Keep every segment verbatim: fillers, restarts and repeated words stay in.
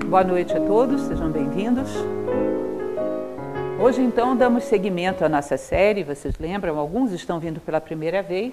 Boa noite a todos, sejam bem-vindos. Hoje, então, damos seguimento à nossa série. Vocês lembram, alguns estão vindo pela primeira vez,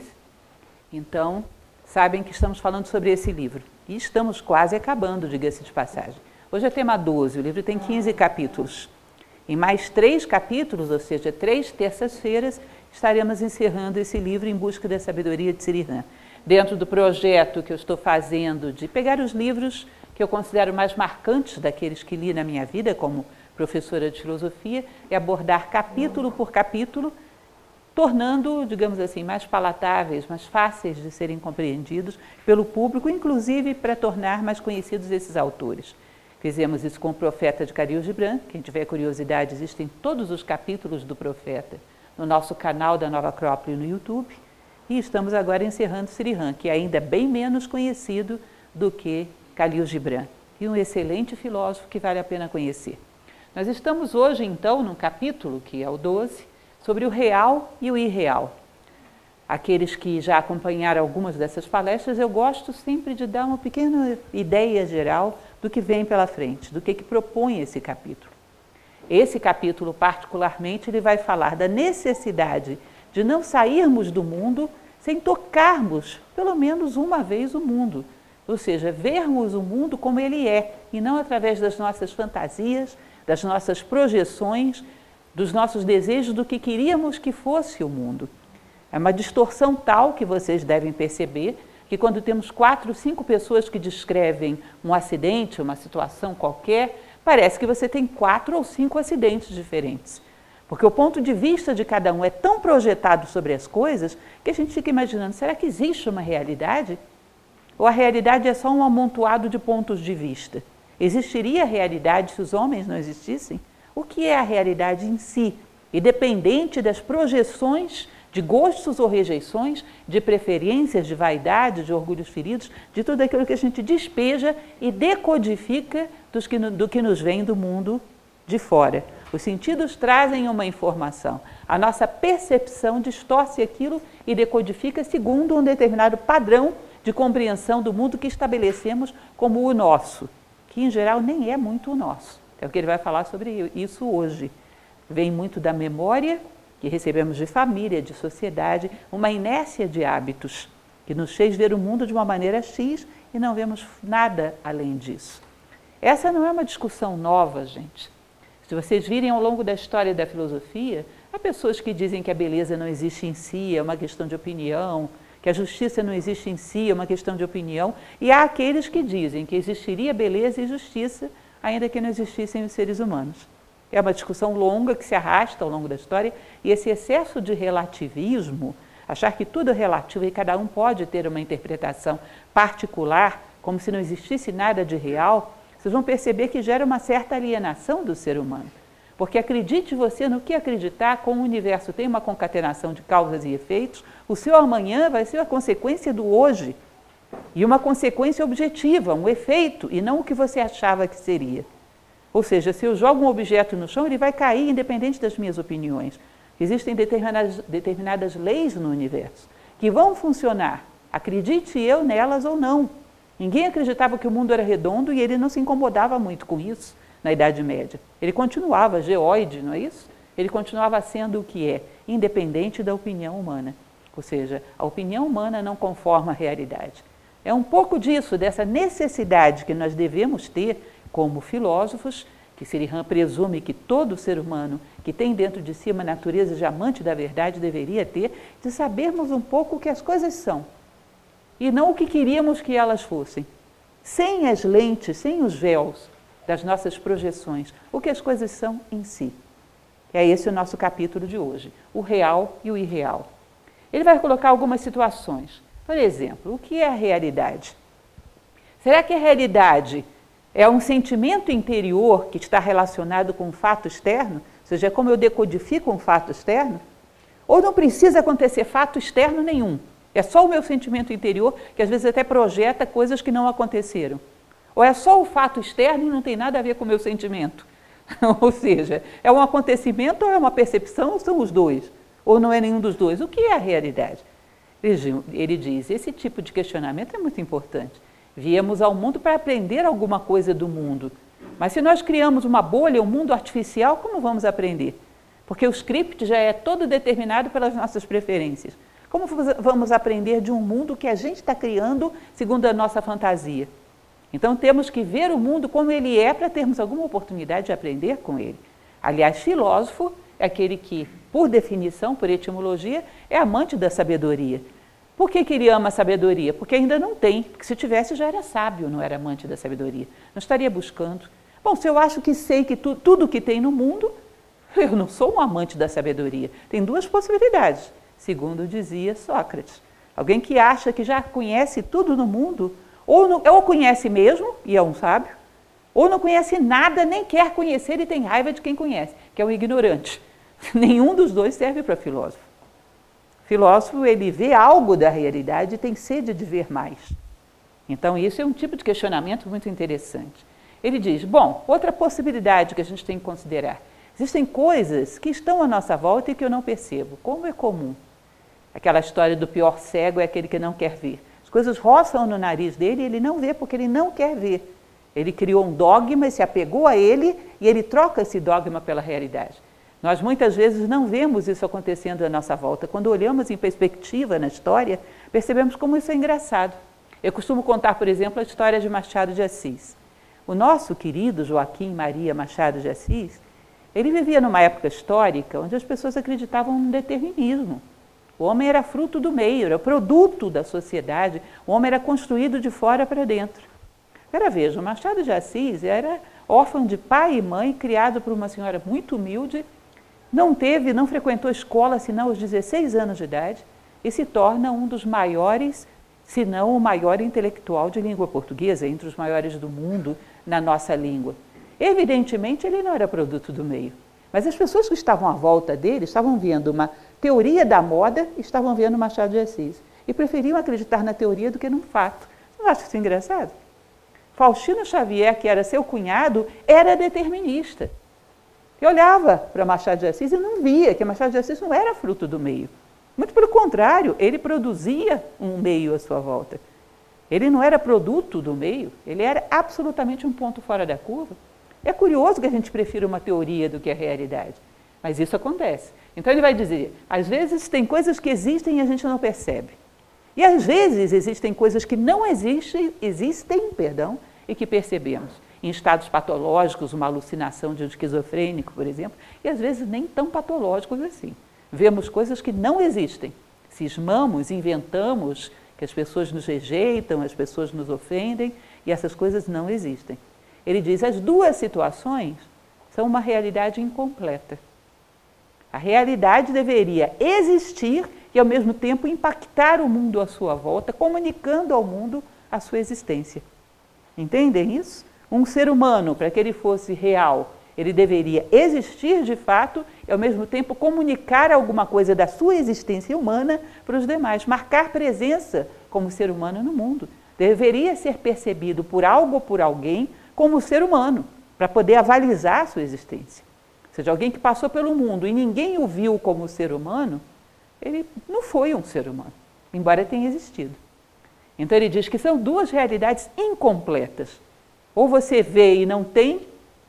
então sabem que estamos falando sobre esse livro. E estamos quase acabando, diga-se de passagem. Hoje é tema doze, o livro tem quinze capítulos. Em mais três capítulos, ou seja, três terças-feiras, estaremos encerrando esse livro Em Busca da Sabedoria de Sri Ram. Dentro do projeto que eu estou fazendo de pegar os livros que eu considero mais marcantes daqueles que li na minha vida como professora de filosofia, e abordar capítulo por capítulo, tornando, digamos assim, mais palatáveis, mais fáceis de serem compreendidos pelo público, inclusive para tornar mais conhecidos esses autores. Fizemos isso com o Profeta de Khalil Gibran. Quem tiver curiosidade, existem todos os capítulos do Profeta no nosso canal da Nova Acrópole no YouTube. E estamos agora encerrando Sri Ram, que é ainda bem menos conhecido do que Khalil Gibran, e um excelente filósofo que vale a pena conhecer. Nós estamos hoje, então, num capítulo, que é o doze, sobre o real e o irreal. Aqueles que já acompanharam algumas dessas palestras, eu gosto sempre de dar uma pequena ideia geral do que vem pela frente, do que, que propõe esse capítulo. Esse capítulo, particularmente, ele vai falar da necessidade de não sairmos do mundo sem tocarmos, pelo menos uma vez, o mundo. Ou seja, vermos o mundo como ele é, e não através das nossas fantasias, das nossas projeções, dos nossos desejos do que queríamos que fosse o mundo. É uma distorção tal que vocês devem perceber, que quando temos quatro, cinco pessoas que descrevem um acidente, uma situação qualquer, parece que você tem quatro ou cinco acidentes diferentes. Porque o ponto de vista de cada um é tão projetado sobre as coisas que a gente fica imaginando, será que existe uma realidade? Ou a realidade é só um amontoado de pontos de vista? Existiria a realidade se os homens não existissem? O que é a realidade em si? Independente das projeções de gostos ou rejeições, de preferências, de vaidade, de orgulhos feridos, de tudo aquilo que a gente despeja e decodifica dos que, do que nos vem do mundo de fora. Os sentidos trazem uma informação. A nossa percepção distorce aquilo e decodifica segundo um determinado padrão de compreensão do mundo que estabelecemos como o nosso, que em geral nem é muito o nosso. É o que ele vai falar sobre isso hoje. Vem muito da memória que recebemos de família, de sociedade, uma inércia de hábitos que nos fez ver o mundo de uma maneira X e não vemos nada além disso. Essa não é uma discussão nova, gente. Se vocês virem ao longo da história da filosofia, há pessoas que dizem que a beleza não existe em si, é uma questão de opinião, que a justiça não existe em si, é uma questão de opinião, e há aqueles que dizem que existiria beleza e justiça, ainda que não existissem os seres humanos. É uma discussão longa que se arrasta ao longo da história, e esse excesso de relativismo, achar que tudo é relativo e cada um pode ter uma interpretação particular, como se não existisse nada de real, vocês vão perceber que gera uma certa alienação do ser humano. Porque acredite você no que acreditar, como o universo tem uma concatenação de causas e efeitos, o seu amanhã vai ser a consequência do hoje. E uma consequência objetiva, um efeito, e não o que você achava que seria. Ou seja, se eu jogo um objeto no chão, ele vai cair independente das minhas opiniões. Existem determinadas, determinadas leis no universo que vão funcionar, acredite eu nelas ou não. Ninguém acreditava que o mundo era redondo e ele não se incomodava muito com isso na Idade Média. Ele continuava geoide, não é isso? Ele continuava sendo o que é, independente da opinião humana. Ou seja, a opinião humana não conforma a realidade. É um pouco disso, dessa necessidade que nós devemos ter como filósofos, que Sri Ram presume que todo ser humano que tem dentro de si uma natureza de amante da verdade deveria ter, de sabermos um pouco o que as coisas são, e não o que queríamos que elas fossem. Sem as lentes, sem os véus das nossas projeções, o que as coisas são em si. É esse o nosso capítulo de hoje, o real e o irreal. Ele vai colocar algumas situações. Por exemplo, o que é a realidade? Será que a realidade é um sentimento interior que está relacionado com um fato externo? Ou seja, é como eu decodifico um fato externo? Ou não precisa acontecer fato externo nenhum? É só o meu sentimento interior, que às vezes até projeta coisas que não aconteceram. Ou é só o fato externo e não tem nada a ver com o meu sentimento? Ou seja, é um acontecimento ou é uma percepção, ou são os dois? Ou não é nenhum dos dois? O que é a realidade? Ele diz, esse tipo de questionamento é muito importante. Viemos ao mundo para aprender alguma coisa do mundo. Mas se nós criamos uma bolha, um mundo artificial, como vamos aprender? Porque o script já é todo determinado pelas nossas preferências. Como vamos aprender de um mundo que a gente está criando segundo a nossa fantasia? Então temos que ver o mundo como ele é para termos alguma oportunidade de aprender com ele. Aliás, filósofo é aquele que, por definição, por etimologia, é amante da sabedoria. Por que que ele ama a sabedoria? Porque ainda não tem, porque se tivesse já era sábio, não era amante da sabedoria. Não estaria buscando. Bom, se eu acho que sei que tu, tudo que tem no mundo, eu não sou um amante da sabedoria. Tem duas possibilidades, segundo dizia Sócrates. Alguém que acha que já conhece tudo no mundo, ou, não, ou conhece mesmo, e é um sábio, ou não conhece nada, nem quer conhecer e tem raiva de quem conhece, que é um ignorante. Nenhum dos dois serve para filósofo. Filósofo, ele vê algo da realidade e tem sede de ver mais. Então, isso é um tipo de questionamento muito interessante. Ele diz, bom, outra possibilidade que a gente tem que considerar. Existem coisas que estão à nossa volta e que eu não percebo, como é comum. Aquela história do pior cego é aquele que não quer ver. As coisas roçam no nariz dele e ele não vê porque ele não quer ver. Ele criou um dogma e se apegou a ele e ele troca esse dogma pela realidade. Nós muitas vezes não vemos isso acontecendo à nossa volta. Quando olhamos em perspectiva na história, percebemos como isso é engraçado. Eu costumo contar, por exemplo, a história de Machado de Assis. O nosso querido Joaquim Maria Machado de Assis, ele vivia numa época histórica onde as pessoas acreditavam no determinismo. O homem era fruto do meio, era produto da sociedade, o homem era construído de fora para dentro. Agora veja, Machado de Assis era órfão de pai e mãe, criado por uma senhora muito humilde, não teve, não frequentou escola senão aos dezesseis anos de idade e se torna um dos maiores, se não o maior intelectual de língua portuguesa, entre os maiores do mundo na nossa língua. Evidentemente, ele não era produto do meio, mas as pessoas que estavam à volta dele estavam vendo uma teoria da moda e estavam vendo Machado de Assis e preferiam acreditar na teoria do que num fato. Você não acha isso engraçado? Faustino Xavier, que era seu cunhado, era determinista. E olhava para Machado de Assis e não via que Machado de Assis não era fruto do meio. Muito pelo contrário, ele produzia um meio à sua volta. Ele não era produto do meio, ele era absolutamente um ponto fora da curva. É curioso que a gente prefira uma teoria do que a realidade, mas isso acontece. Então ele vai dizer, às vezes tem coisas que existem e a gente não percebe. E às vezes existem coisas que não existem, existem, perdão, e que percebemos. Em estados patológicos, uma alucinação de um esquizofrênico, por exemplo, e às vezes nem tão patológicos assim. Vemos coisas que não existem. Cismamos, inventamos, que as pessoas nos rejeitam, as pessoas nos ofendem, e essas coisas não existem. Ele diz, as duas situações são uma realidade incompleta. A realidade deveria existir e, ao mesmo tempo, impactar o mundo à sua volta, comunicando ao mundo a sua existência. Entendem isso? Um ser humano, para que ele fosse real, ele deveria existir de fato e, ao mesmo tempo, comunicar alguma coisa da sua existência humana para os demais, marcar presença como ser humano no mundo. Deveria ser percebido por algo ou por alguém como ser humano, para poder avalizar a sua existência. Ou seja, alguém que passou pelo mundo e ninguém o viu como ser humano, ele não foi um ser humano, embora tenha existido. Então ele diz que são duas realidades incompletas. Ou você vê e não tem,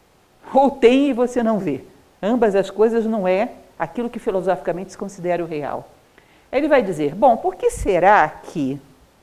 ou tem e você não vê. Ambas as coisas não é aquilo que filosoficamente se considera o real. Ele vai dizer, bom, por que será que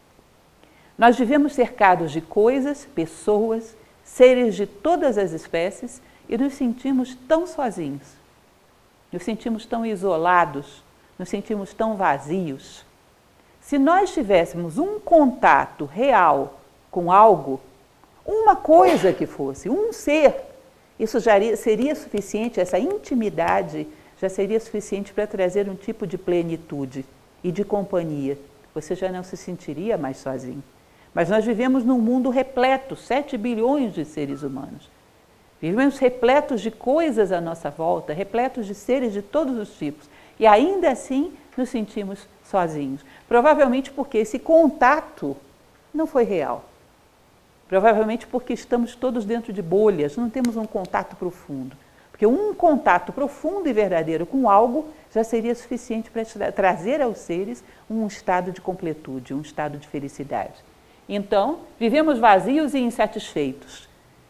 nós vivemos cercados de coisas, pessoas, seres de todas as espécies e nos sentimos tão sozinhos, nos sentimos tão isolados, nos sentimos tão vazios? Se nós tivéssemos um contato real com algo, uma coisa que fosse, um ser, isso já seria suficiente, essa intimidade já seria suficiente para trazer um tipo de plenitude e de companhia. Você já não se sentiria mais sozinho. Mas nós vivemos num mundo repleto, sete bilhões de seres humanos. Vivemos repletos de coisas à nossa volta, repletos de seres de todos os tipos. E ainda assim nos sentimos sozinhos. Provavelmente porque esse contato não foi real. Provavelmente porque estamos todos dentro de bolhas, não temos um contato profundo. Porque um contato profundo e verdadeiro com algo já seria suficiente para trazer aos seres um estado de completude, um estado de felicidade. Então, vivemos vazios e insatisfeitos.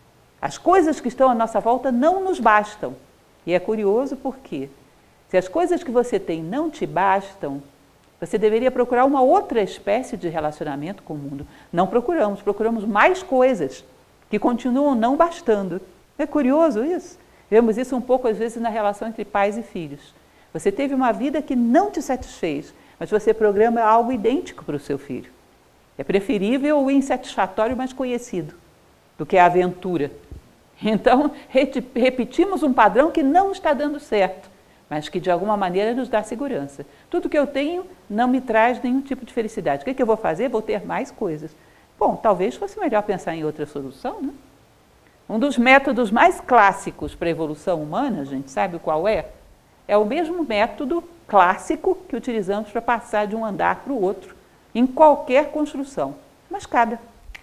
As coisas que estão à nossa volta não nos bastam. E é curioso porque, se as coisas que você tem não te bastam, você deveria procurar uma outra espécie de relacionamento com o mundo. Não procuramos, procuramos mais coisas que continuam não bastando. É curioso isso? Vemos isso um pouco, às vezes, na relação entre pais e filhos. Você teve uma vida que não te satisfez, mas você programa algo idêntico para o seu filho. É preferível o insatisfatório mais conhecido do que a aventura. Então, repetimos um padrão que não está dando certo, mas que de alguma maneira nos dá segurança. Tudo que eu tenho não me traz nenhum tipo de felicidade. O que, é que eu vou fazer? Vou ter mais coisas. Bom, talvez fosse melhor pensar em outra solução, né? Um dos métodos mais clássicos para a evolução humana, a gente sabe qual é? É o mesmo método clássico que utilizamos para passar de um andar para o outro, em qualquer construção. Uma escada.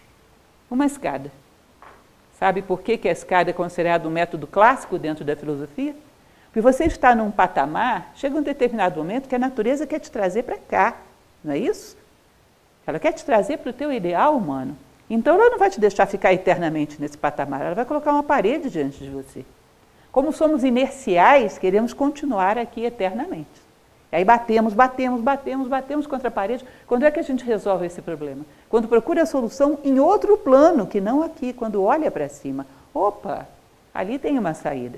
Uma escada. Sabe por que, que a escada é considerada um método clássico dentro da filosofia? Porque você está num patamar, chega um determinado momento que a natureza quer te trazer para cá, não é isso? Ela quer te trazer para o teu ideal humano. Então ela não vai te deixar ficar eternamente nesse patamar, ela vai colocar uma parede diante de você. Como somos inerciais, queremos continuar aqui eternamente. E aí batemos, batemos, batemos, batemos contra a parede. Quando é que a gente resolve esse problema? Quando procura a solução em outro plano, que não aqui, quando olha para cima. Opa, ali tem uma saída.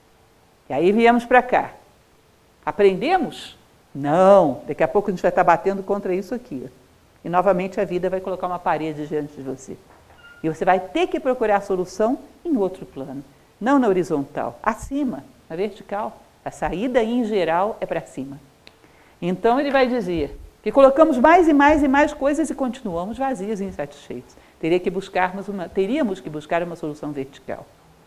E aí viemos para cá. Aprendemos? Não, daqui a pouco a gente vai estar batendo contra isso aqui. E novamente a vida vai colocar uma parede diante de você. E você vai ter que procurar a solução em outro plano. Não na horizontal, acima, na vertical. A saída, em geral, é para cima. Então ele vai dizer que colocamos mais e mais e mais coisas e continuamos vazios e insatisfeitos. Teria que buscarmos uma, teríamos que buscar uma solução vertical.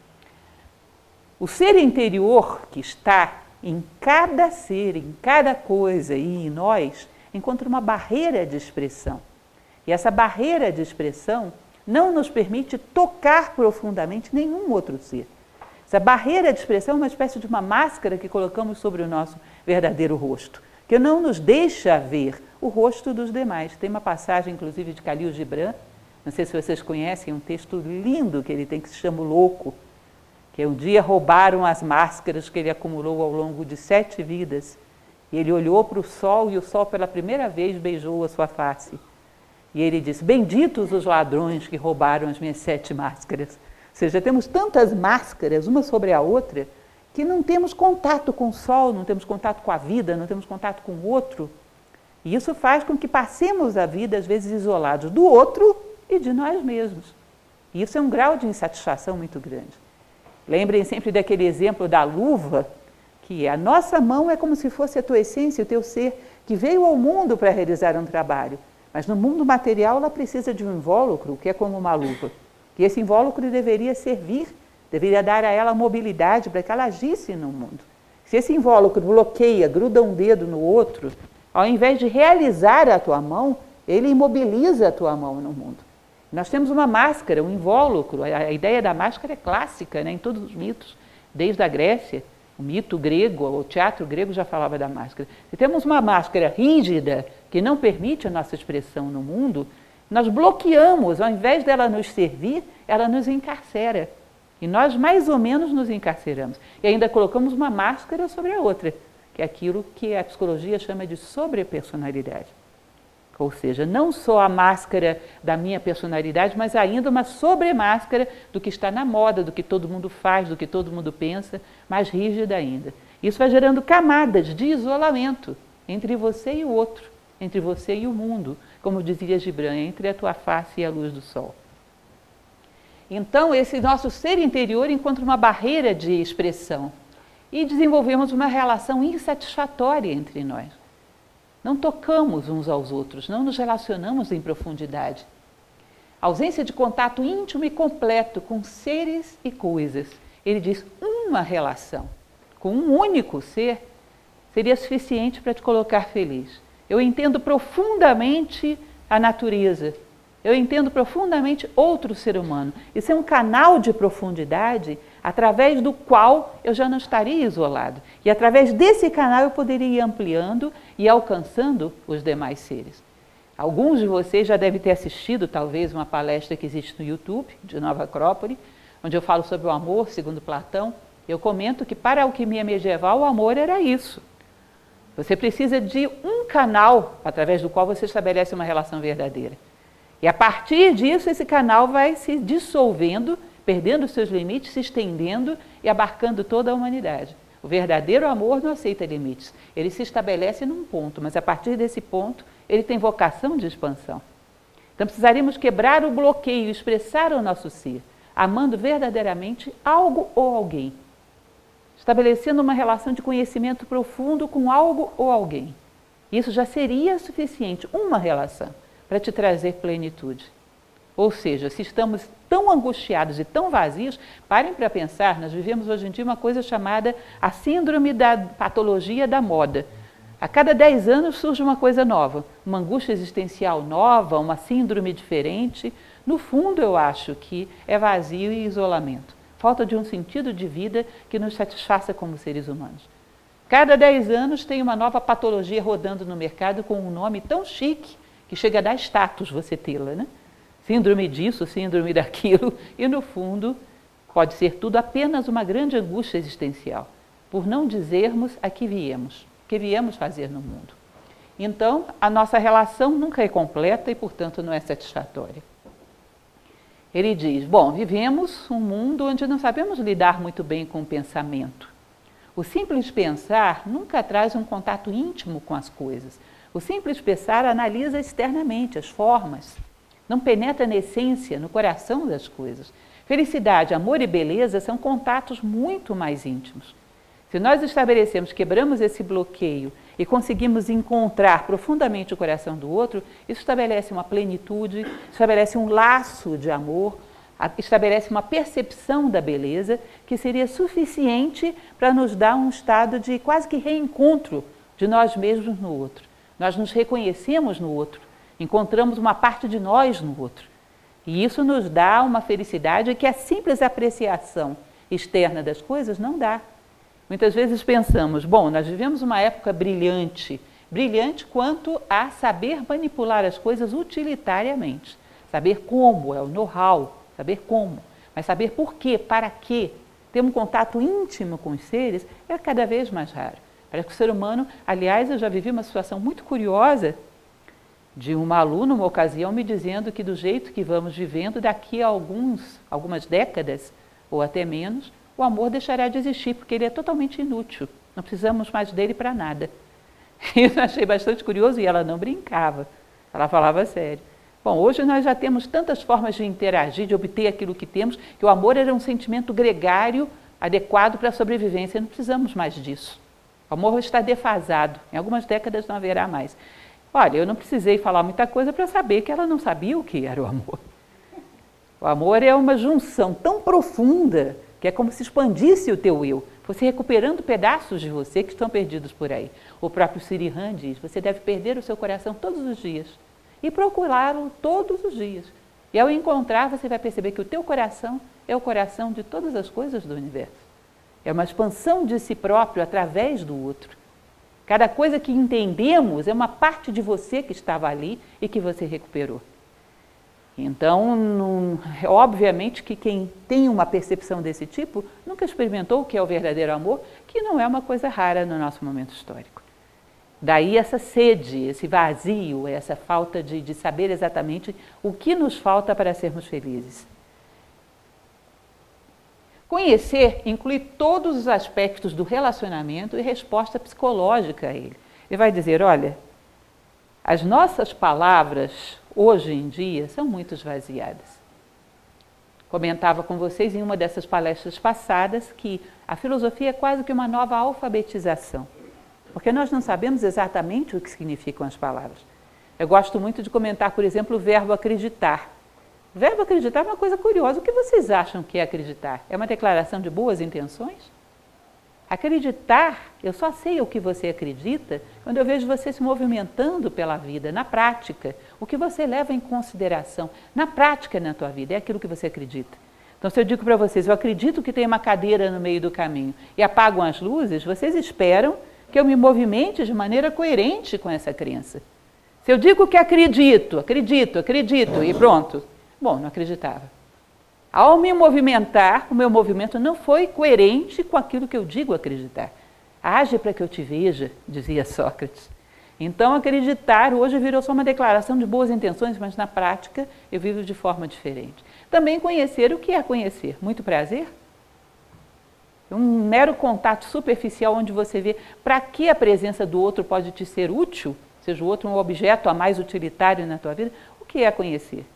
O ser interior que está em cada ser, em cada coisa e em nós, encontra uma barreira de expressão. E essa barreira de expressão não nos permite tocar profundamente nenhum outro ser. Essa barreira de expressão é uma espécie de uma máscara que colocamos sobre o nosso verdadeiro rosto, que não nos deixa ver o rosto dos demais. Tem uma passagem, inclusive, de Khalil Gibran, não sei se vocês conhecem, um texto lindo que ele tem que se chama O Louco, que um dia roubaram as máscaras que ele acumulou ao longo de sete vidas. E ele olhou para o sol e o sol pela primeira vez beijou a sua face. E ele disse, benditos os ladrões que roubaram as minhas sete máscaras. Ou seja, temos tantas máscaras, uma sobre a outra, que não temos contato com o sol, não temos contato com a vida, não temos contato com o outro. E isso faz com que passemos a vida, às vezes, isolados do outro e de nós mesmos. E isso é um grau de insatisfação muito grande. Lembrem sempre daquele exemplo da luva, que a nossa mão é como se fosse a tua essência, o teu ser, que veio ao mundo para realizar um trabalho. Mas no mundo material ela precisa de um invólucro, que é como uma luva. E esse invólucro deveria servir, deveria dar a ela mobilidade para que ela agisse no mundo. Se esse invólucro bloqueia, gruda um dedo no outro, ao invés de realizar a tua mão, ele imobiliza a tua mão no mundo. Nós temos uma máscara, um invólucro. A ideia da máscara é clássica, né, em todos os mitos, desde a Grécia. O mito grego, o teatro grego já falava da máscara. Se temos uma máscara rígida, que não permite a nossa expressão no mundo, nós bloqueamos, ao invés dela nos servir, ela nos encarcera. E nós mais ou menos nos encarceramos. E ainda colocamos uma máscara sobre a outra, que é aquilo que a psicologia chama de sobrepersonalidade. Ou seja, não só a máscara da minha personalidade, mas ainda uma sobremáscara do que está na moda, do que todo mundo faz, do que todo mundo pensa, mais rígida ainda. Isso vai gerando camadas de isolamento entre você e o outro, entre você e o mundo, como dizia Gibran, entre a tua face e a luz do sol. Então, esse nosso ser interior encontra uma barreira de expressão e desenvolvemos uma relação insatisfatória entre nós. Não tocamos uns aos outros, não nos relacionamos em profundidade. A ausência de contato íntimo e completo com seres e coisas. Ele diz, uma relação com um único ser seria suficiente para te colocar feliz. Eu entendo profundamente a natureza, eu entendo profundamente outro ser humano. Isso é um canal de profundidade através do qual eu já não estaria isolado. E através desse canal eu poderia ir ampliando e alcançando os demais seres. Alguns de vocês já devem ter assistido, talvez, uma palestra que existe no YouTube, de Nova Acrópole, onde eu falo sobre o amor, segundo Platão, eu comento que para a alquimia medieval o amor era isso. Você precisa de um canal através do qual você estabelece uma relação verdadeira. E a partir disso, esse canal vai se dissolvendo, perdendo os seus limites, se estendendo e abarcando toda a humanidade. O verdadeiro amor não aceita limites. Ele se estabelece num ponto, mas a partir desse ponto, ele tem vocação de expansão. Então precisaríamos quebrar o bloqueio, expressar o nosso ser, amando verdadeiramente algo ou alguém. Estabelecendo uma relação de conhecimento profundo com algo ou alguém. Isso já seria suficiente, uma relação, para te trazer plenitude. Ou seja, se estamos tão angustiados e tão vazios, parem para pensar, nós vivemos hoje em dia uma coisa chamada a síndrome da patologia da moda. A cada dez anos surge uma coisa nova, uma angústia existencial nova, uma síndrome diferente. No fundo, eu acho que é vazio e isolamento. Falta de um sentido de vida que nos satisfaça como seres humanos. Cada dez anos tem uma nova patologia rodando no mercado com um nome tão chique que chega a dar status você tê-la, né? Síndrome disso, síndrome daquilo, e no fundo pode ser tudo apenas uma grande angústia existencial, por não dizermos a que viemos, o que viemos fazer no mundo. Então, a nossa relação nunca é completa e, portanto, não é satisfatória. Ele diz, bom, vivemos um mundo onde não sabemos lidar muito bem com o pensamento. O simples pensar nunca traz um contato íntimo com as coisas. O simples pensar analisa externamente as formas, não penetra na essência, no coração das coisas. Felicidade, amor e beleza são contatos muito mais íntimos. Se nós estabelecemos, quebramos esse bloqueio e conseguimos encontrar profundamente o coração do outro, isso estabelece uma plenitude, estabelece um laço de amor, estabelece uma percepção da beleza que seria suficiente para nos dar um estado de quase que reencontro de nós mesmos no outro. Nós nos reconhecemos no outro, encontramos uma parte de nós no outro. E isso nos dá uma felicidade que a simples apreciação externa das coisas não dá. Muitas vezes pensamos, bom, nós vivemos uma época brilhante, brilhante quanto a saber manipular as coisas utilitariamente. Saber como, é o know-how, saber como. Mas saber por quê, para quê, ter um contato íntimo com os seres é cada vez mais raro. Parece que o ser humano, aliás, eu já vivi uma situação muito curiosa de uma aluna, uma ocasião, me dizendo que do jeito que vamos vivendo, daqui a alguns, algumas décadas, ou até menos, o amor deixará de existir, porque ele é totalmente inútil. Não precisamos mais dele para nada. Isso eu achei bastante curioso e ela não brincava. Ela falava sério. Bom, hoje nós já temos tantas formas de interagir, de obter aquilo que temos, que o amor era um sentimento gregário, adequado para a sobrevivência. Não precisamos mais disso. O amor está defasado. Em algumas décadas não haverá mais. Olha, eu não precisei falar muita coisa para saber que ela não sabia o que era o amor. O amor é uma junção tão profunda que é como se expandisse o teu eu, você recuperando pedaços de você que estão perdidos por aí. O próprio Sirihan diz, você deve perder o seu coração todos os dias e procurá-lo todos os dias. E ao encontrar, você vai perceber que o teu coração é o coração de todas as coisas do universo. É uma expansão de si próprio através do outro. Cada coisa que entendemos é uma parte de você que estava ali e que você recuperou. Então, não, obviamente que quem tem uma percepção desse tipo nunca experimentou o que é o verdadeiro amor, que não é uma coisa rara no nosso momento histórico. Daí essa sede, esse vazio, essa falta de, de saber exatamente o que nos falta para sermos felizes. Conhecer inclui todos os aspectos do relacionamento e resposta psicológica a ele. Ele vai dizer, olha, as nossas palavras hoje em dia são muito esvaziadas. Comentava com vocês em uma dessas palestras passadas que a filosofia é quase que uma nova alfabetização, porque nós não sabemos exatamente o que significam as palavras. Eu gosto muito de comentar, por exemplo, o verbo acreditar. O verbo acreditar é uma coisa curiosa. O que vocês acham que é acreditar? É uma declaração de boas intenções? Acreditar, eu só sei o que você acredita quando eu vejo você se movimentando pela vida, na prática. O que você leva em consideração, na prática na tua vida, é aquilo que você acredita. Então, se eu digo para vocês, eu acredito que tem uma cadeira no meio do caminho e apagam as luzes, vocês esperam que eu me movimente de maneira coerente com essa crença. Se eu digo que acredito, acredito, acredito e pronto, bom, não acreditava. Ao me movimentar, o meu movimento não foi coerente com aquilo que eu digo acreditar. Age para que eu te veja, dizia Sócrates. Então, acreditar hoje virou só uma declaração de boas intenções, mas na prática eu vivo de forma diferente. Também conhecer, o que é conhecer? Muito prazer? Um mero contato superficial onde você vê para que a presença do outro pode te ser útil, seja o outro um objeto a mais utilitário na tua vida, o que é conhecer?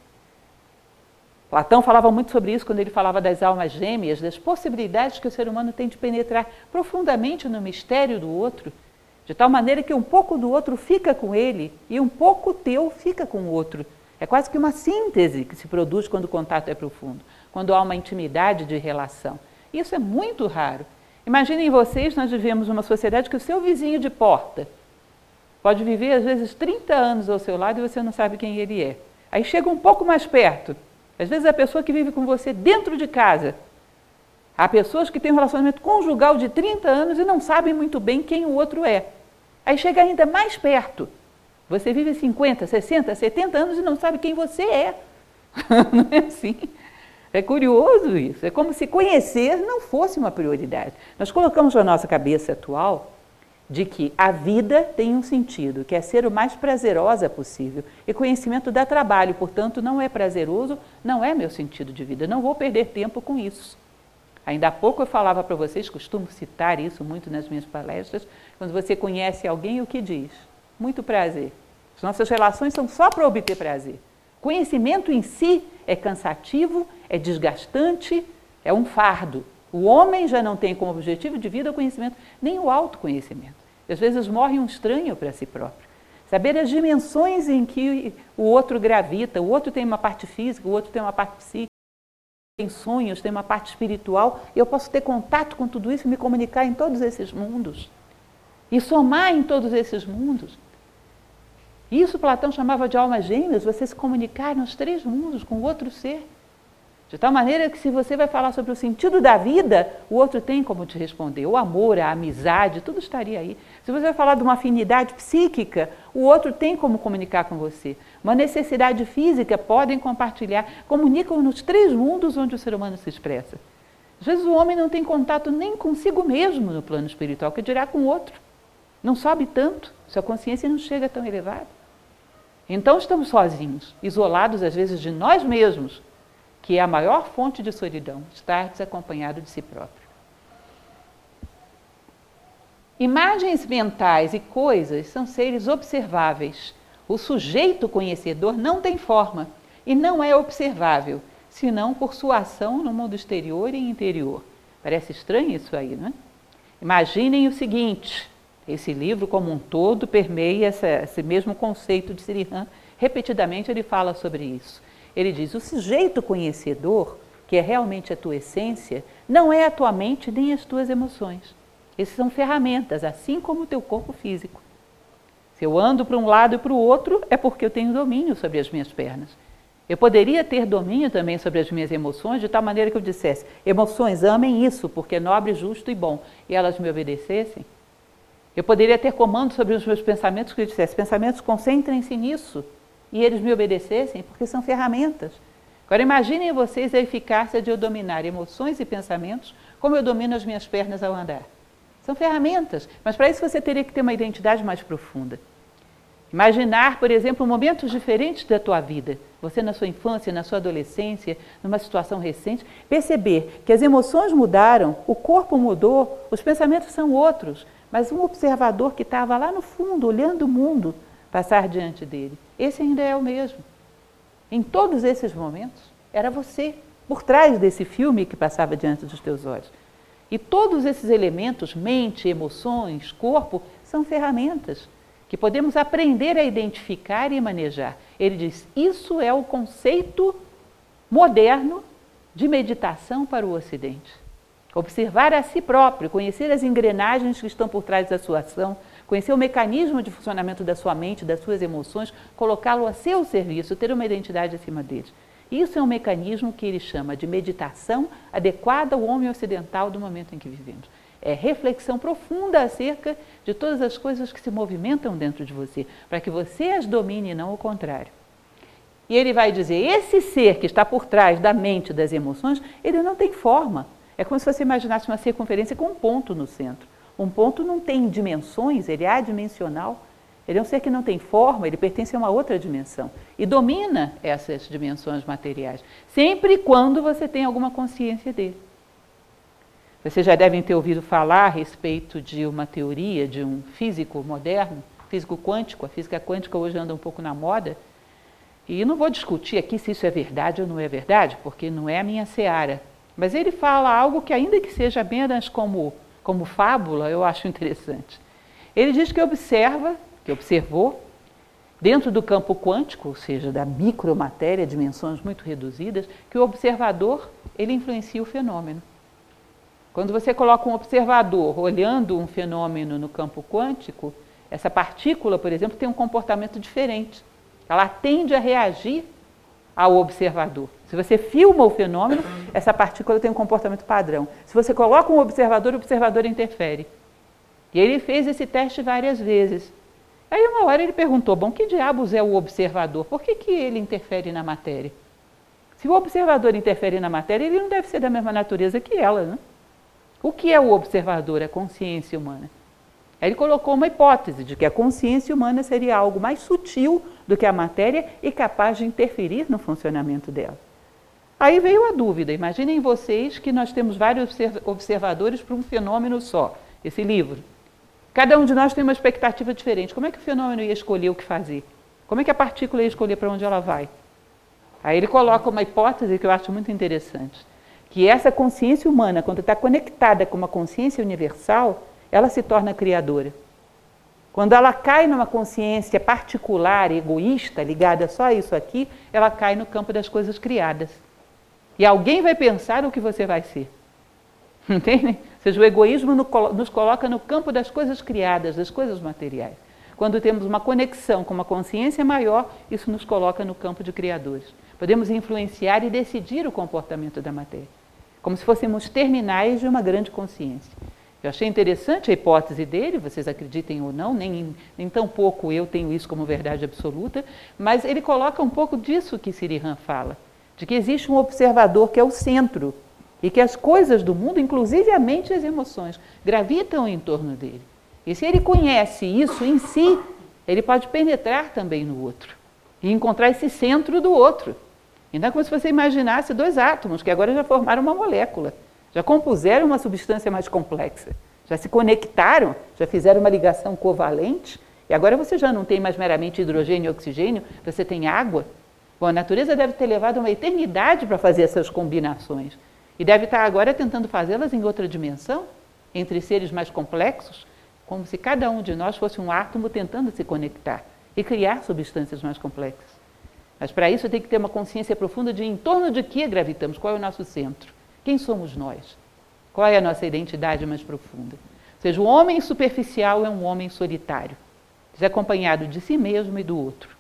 Platão falava muito sobre isso quando ele falava das almas gêmeas, das possibilidades que o ser humano tem de penetrar profundamente no mistério do outro, de tal maneira que um pouco do outro fica com ele e um pouco teu fica com o outro. É quase que uma síntese que se produz quando o contato é profundo, quando há uma intimidade de relação. Isso é muito raro. Imaginem vocês, nós vivemos numa sociedade que o seu vizinho de porta pode viver às vezes trinta anos ao seu lado e você não sabe quem ele é. Aí chega um pouco mais perto. Às vezes a pessoa que vive com você dentro de casa. Há pessoas que têm um relacionamento conjugal de trinta anos e não sabem muito bem quem o outro é. Aí chega ainda mais perto. Você vive cinquenta, sessenta, setenta anos e não sabe quem você é. Não é assim? É curioso isso. É como se conhecer não fosse uma prioridade. Nós colocamos na nossa cabeça atual de que a vida tem um sentido, que é ser o mais prazerosa possível. E conhecimento dá trabalho, portanto, não é prazeroso, não é meu sentido de vida. Não vou perder tempo com isso. Ainda há pouco eu falava para vocês, costumo citar isso muito nas minhas palestras, quando você conhece alguém, o que diz? Muito prazer. As nossas relações são só para obter prazer. Conhecimento em si é cansativo, é desgastante, é um fardo. O homem já não tem como objetivo de vida o conhecimento, nem o autoconhecimento. Às vezes morre um estranho para si próprio. Saber as dimensões em que o outro gravita, o outro tem uma parte física, o outro tem uma parte psíquica, tem sonhos, tem uma parte espiritual, e eu posso ter contato com tudo isso e me comunicar em todos esses mundos. E somar em todos esses mundos. Isso Platão chamava de almas gêmeas, você se comunicar nos três mundos com o outro ser. De tal maneira que se você vai falar sobre o sentido da vida, o outro tem como te responder. O amor, a amizade, tudo estaria aí. Se você vai falar de uma afinidade psíquica, o outro tem como comunicar com você. Uma necessidade física, podem compartilhar. Comunicam nos três mundos onde o ser humano se expressa. Às vezes o homem não tem contato nem consigo mesmo no plano espiritual, que dirá com o outro. Não sobe tanto, sua consciência não chega tão elevada. Então estamos sozinhos, isolados às vezes de nós mesmos, que é a maior fonte de solidão, estar desacompanhado de si próprio. Imagens mentais e coisas são seres observáveis. O sujeito conhecedor não tem forma e não é observável, senão por sua ação no mundo exterior e interior. Parece estranho isso aí, não é? Imaginem o seguinte, esse livro como um todo permeia essa, esse mesmo conceito de Srihan. Repetidamente ele fala sobre isso. Ele diz, o sujeito conhecedor, que é realmente a tua essência, não é a tua mente nem as tuas emoções. Essas são ferramentas, assim como o teu corpo físico. Se eu ando para um lado e para o outro, é porque eu tenho domínio sobre as minhas pernas. Eu poderia ter domínio também sobre as minhas emoções, de tal maneira que eu dissesse, emoções, amem isso, porque é nobre, justo e bom, e elas me obedecessem. Eu poderia ter comando sobre os meus pensamentos, que eu dissesse, pensamentos, concentrem-se nisso, e eles me obedecessem, porque são ferramentas. Agora imaginem vocês a eficácia de eu dominar emoções e pensamentos como eu domino as minhas pernas ao andar. São ferramentas, mas para isso você teria que ter uma identidade mais profunda. Imaginar, por exemplo, momentos diferentes da tua vida. Você na sua infância, na sua adolescência, numa situação recente. Perceber que as emoções mudaram, o corpo mudou, os pensamentos são outros. Mas um observador que estava lá no fundo, olhando o mundo, passar diante dele. Esse ainda é o mesmo. Em todos esses momentos, era você, por trás desse filme que passava diante dos teus olhos. E todos esses elementos, mente, emoções, corpo, são ferramentas que podemos aprender a identificar e manejar. Ele diz, isso é o conceito moderno de meditação para o Ocidente. Observar a si próprio, conhecer as engrenagens que estão por trás da sua ação, conhecer o mecanismo de funcionamento da sua mente, das suas emoções, colocá-lo a seu serviço, ter uma identidade acima deles. Isso é um mecanismo que ele chama de meditação adequada ao homem ocidental do momento em que vivemos. É reflexão profunda acerca de todas as coisas que se movimentam dentro de você, para que você as domine e não o contrário. E ele vai dizer, esse ser que está por trás da mente, das emoções, ele não tem forma. É como se você imaginasse uma circunferência com um ponto no centro. Um ponto não tem dimensões, ele é adimensional. Ele é um ser que não tem forma, ele pertence a uma outra dimensão. E domina essas dimensões materiais, sempre e quando você tem alguma consciência dele. Vocês já devem ter ouvido falar a respeito de uma teoria de um físico moderno, físico quântico. A física quântica hoje anda um pouco na moda. E não vou discutir aqui se isso é verdade ou não é verdade, porque não é a minha seara. Mas ele fala algo que, ainda que seja apenas como, como fábula, eu acho interessante. Ele diz que observa, que observou, dentro do campo quântico, ou seja, da micromatéria, dimensões muito reduzidas, que o observador, ele influencia o fenômeno. Quando você coloca um observador olhando um fenômeno no campo quântico, essa partícula, por exemplo, tem um comportamento diferente. Ela tende a reagir ao observador. Se você filma o fenômeno, essa partícula tem um comportamento padrão. Se você coloca um observador, o observador interfere. E ele fez esse teste várias vezes. Aí uma hora ele perguntou, bom, que diabos é o observador? Por que que ele interfere na matéria? Se o observador interfere na matéria, ele não deve ser da mesma natureza que ela, né? O que é o observador? A consciência humana. Aí ele colocou uma hipótese de que a consciência humana seria algo mais sutil do que a matéria e capaz de interferir no funcionamento dela. Aí veio a dúvida. Imaginem vocês que nós temos vários observadores para um fenômeno só, esse livro. Cada um de nós tem uma expectativa diferente. Como é que o fenômeno ia escolher o que fazer? Como é que a partícula ia escolher para onde ela vai? Aí ele coloca uma hipótese que eu acho muito interessante, que essa consciência humana, quando está conectada com uma consciência universal, ela se torna criadora. Quando ela cai numa consciência particular, egoísta, ligada só a isso aqui, ela cai no campo das coisas criadas. E alguém vai pensar o que você vai ser. Entende? Ou seja, o egoísmo nos coloca no campo das coisas criadas, das coisas materiais. Quando temos uma conexão com uma consciência maior, isso nos coloca no campo de criadores. Podemos influenciar e decidir o comportamento da matéria, como se fôssemos terminais de uma grande consciência. Eu achei interessante a hipótese dele, vocês acreditem ou não, nem, nem tão pouco eu tenho isso como verdade absoluta, mas ele coloca um pouco disso que Sirihan fala, de que existe um observador que é o centro, e que as coisas do mundo, inclusive a mente e as emoções, gravitam em torno dele. E se ele conhece isso em si, ele pode penetrar também no outro e encontrar esse centro do outro. Então é como se você imaginasse dois átomos que agora já formaram uma molécula, já compuseram uma substância mais complexa, já se conectaram, já fizeram uma ligação covalente, e agora você já não tem mais meramente hidrogênio e oxigênio, você tem água. Bom, a natureza deve ter levado uma eternidade para fazer essas combinações. E deve estar agora tentando fazê-las em outra dimensão, entre seres mais complexos, como se cada um de nós fosse um átomo tentando se conectar e criar substâncias mais complexas. Mas para isso tem que ter uma consciência profunda de em torno de que gravitamos, qual é o nosso centro, quem somos nós, qual é a nossa identidade mais profunda. Ou seja, o homem superficial é um homem solitário, desacompanhado de si mesmo e do outro,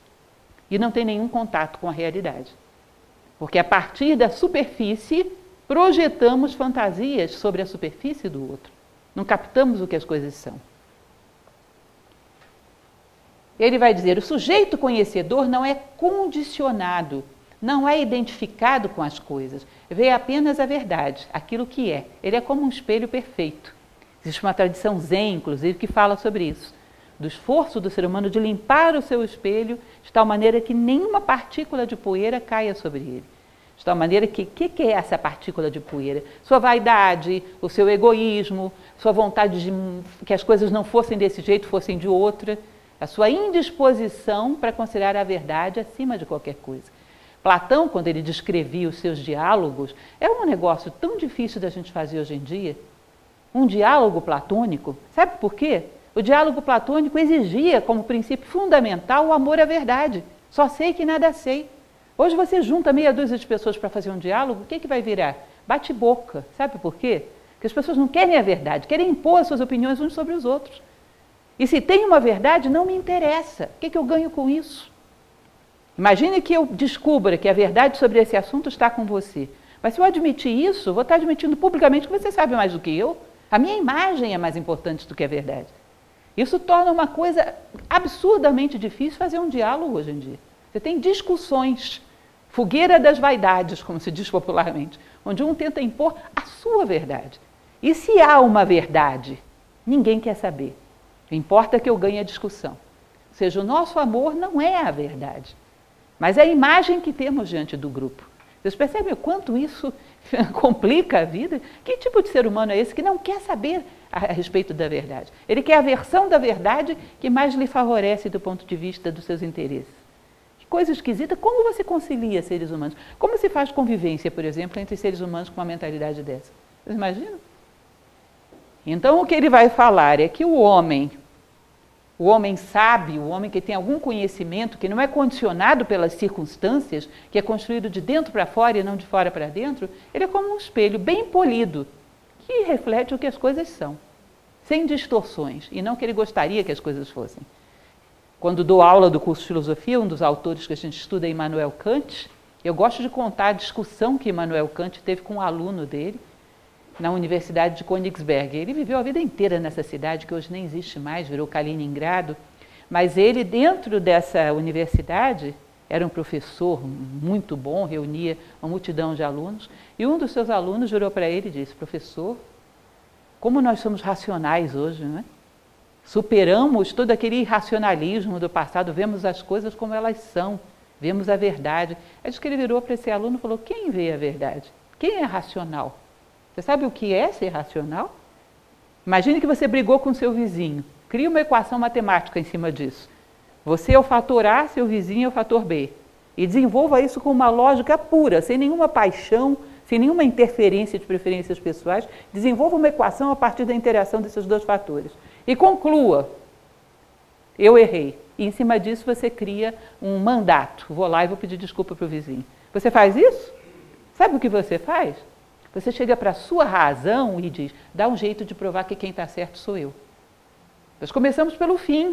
e não tem nenhum contato com a realidade. Porque a partir da superfície, projetamos fantasias sobre a superfície do outro. Não captamos o que as coisas são. Ele vai dizer, o sujeito conhecedor não é condicionado, não é identificado com as coisas, vê apenas a verdade, aquilo que é. Ele é como um espelho perfeito. Existe uma tradição zen, inclusive, que fala sobre isso, do esforço do ser humano de limpar o seu espelho de tal maneira que nenhuma partícula de poeira caia sobre ele. De tal maneira que, o que, que é essa partícula de poeira? Sua vaidade, o seu egoísmo, sua vontade de que as coisas não fossem desse jeito, fossem de outra, a sua indisposição para considerar a verdade acima de qualquer coisa. Platão, quando ele descrevia os seus diálogos, é um negócio tão difícil da gente fazer hoje em dia. Um diálogo platônico, sabe por quê? O diálogo platônico exigia como princípio fundamental o amor à verdade. Só sei que nada sei. Hoje você junta meia dúzia de pessoas para fazer um diálogo, o que, que vai virar? Bate-boca. Sabe por quê? Porque as pessoas não querem a verdade, querem impor as suas opiniões uns sobre os outros. E se tem uma verdade, não me interessa. O que, que eu ganho com isso? Imagine que eu descubra que a verdade sobre esse assunto está com você. Mas se eu admitir isso, vou estar admitindo publicamente que você sabe mais do que eu. A minha imagem é mais importante do que a verdade. Isso torna uma coisa absurdamente difícil fazer um diálogo hoje em dia. Você tem discussões, fogueira das vaidades, como se diz popularmente, onde um tenta impor a sua verdade. E se há uma verdade, ninguém quer saber. Importa que eu ganhe a discussão. Ou seja, o nosso amor não é a verdade, mas é a imagem que temos diante do grupo. Vocês percebem o quanto isso complica a vida? Que tipo de ser humano é esse que não quer saber a respeito da verdade? Ele quer a versão da verdade que mais lhe favorece do ponto de vista dos seus interesses. Que coisa esquisita. Como você concilia seres humanos? Como se faz convivência, por exemplo, entre seres humanos com uma mentalidade dessa? Vocês imaginam? Então, o que ele vai falar é que o homem, o homem sábio, o homem que tem algum conhecimento, que não é condicionado pelas circunstâncias, que é construído de dentro para fora e não de fora para dentro, ele é como um espelho bem polido, que reflete o que as coisas são, sem distorções, e não que ele gostaria que as coisas fossem. Quando dou aula do curso de filosofia, um dos autores que a gente estuda é Immanuel Kant, eu gosto de contar a discussão que Immanuel Kant teve com um aluno dele, na Universidade de Königsberg. Ele viveu a vida inteira nessa cidade, que hoje nem existe mais, virou Kaliningrado, mas ele, dentro dessa universidade, era um professor muito bom, reunia uma multidão de alunos, e um dos seus alunos virou para ele e disse: professor, como nós somos racionais hoje, não é? Superamos todo aquele irracionalismo do passado, vemos as coisas como elas são, vemos a verdade. Aí que ele virou para esse aluno e falou: quem vê a verdade? Quem é racional? Você sabe o que é ser racional? Imagine que você brigou com seu vizinho. Cria uma equação matemática em cima disso. Você é o fator A, seu vizinho é o fator B. E desenvolva isso com uma lógica pura, sem nenhuma paixão, sem nenhuma interferência de preferências pessoais. Desenvolva uma equação a partir da interação desses dois fatores. E conclua: eu errei. E em cima disso você cria um mandato. Vou lá e vou pedir desculpa para o vizinho. Você faz isso? Sabe o que você faz? Você chega para a sua razão e diz: dá um jeito de provar que quem está certo sou eu. Nós começamos pelo fim.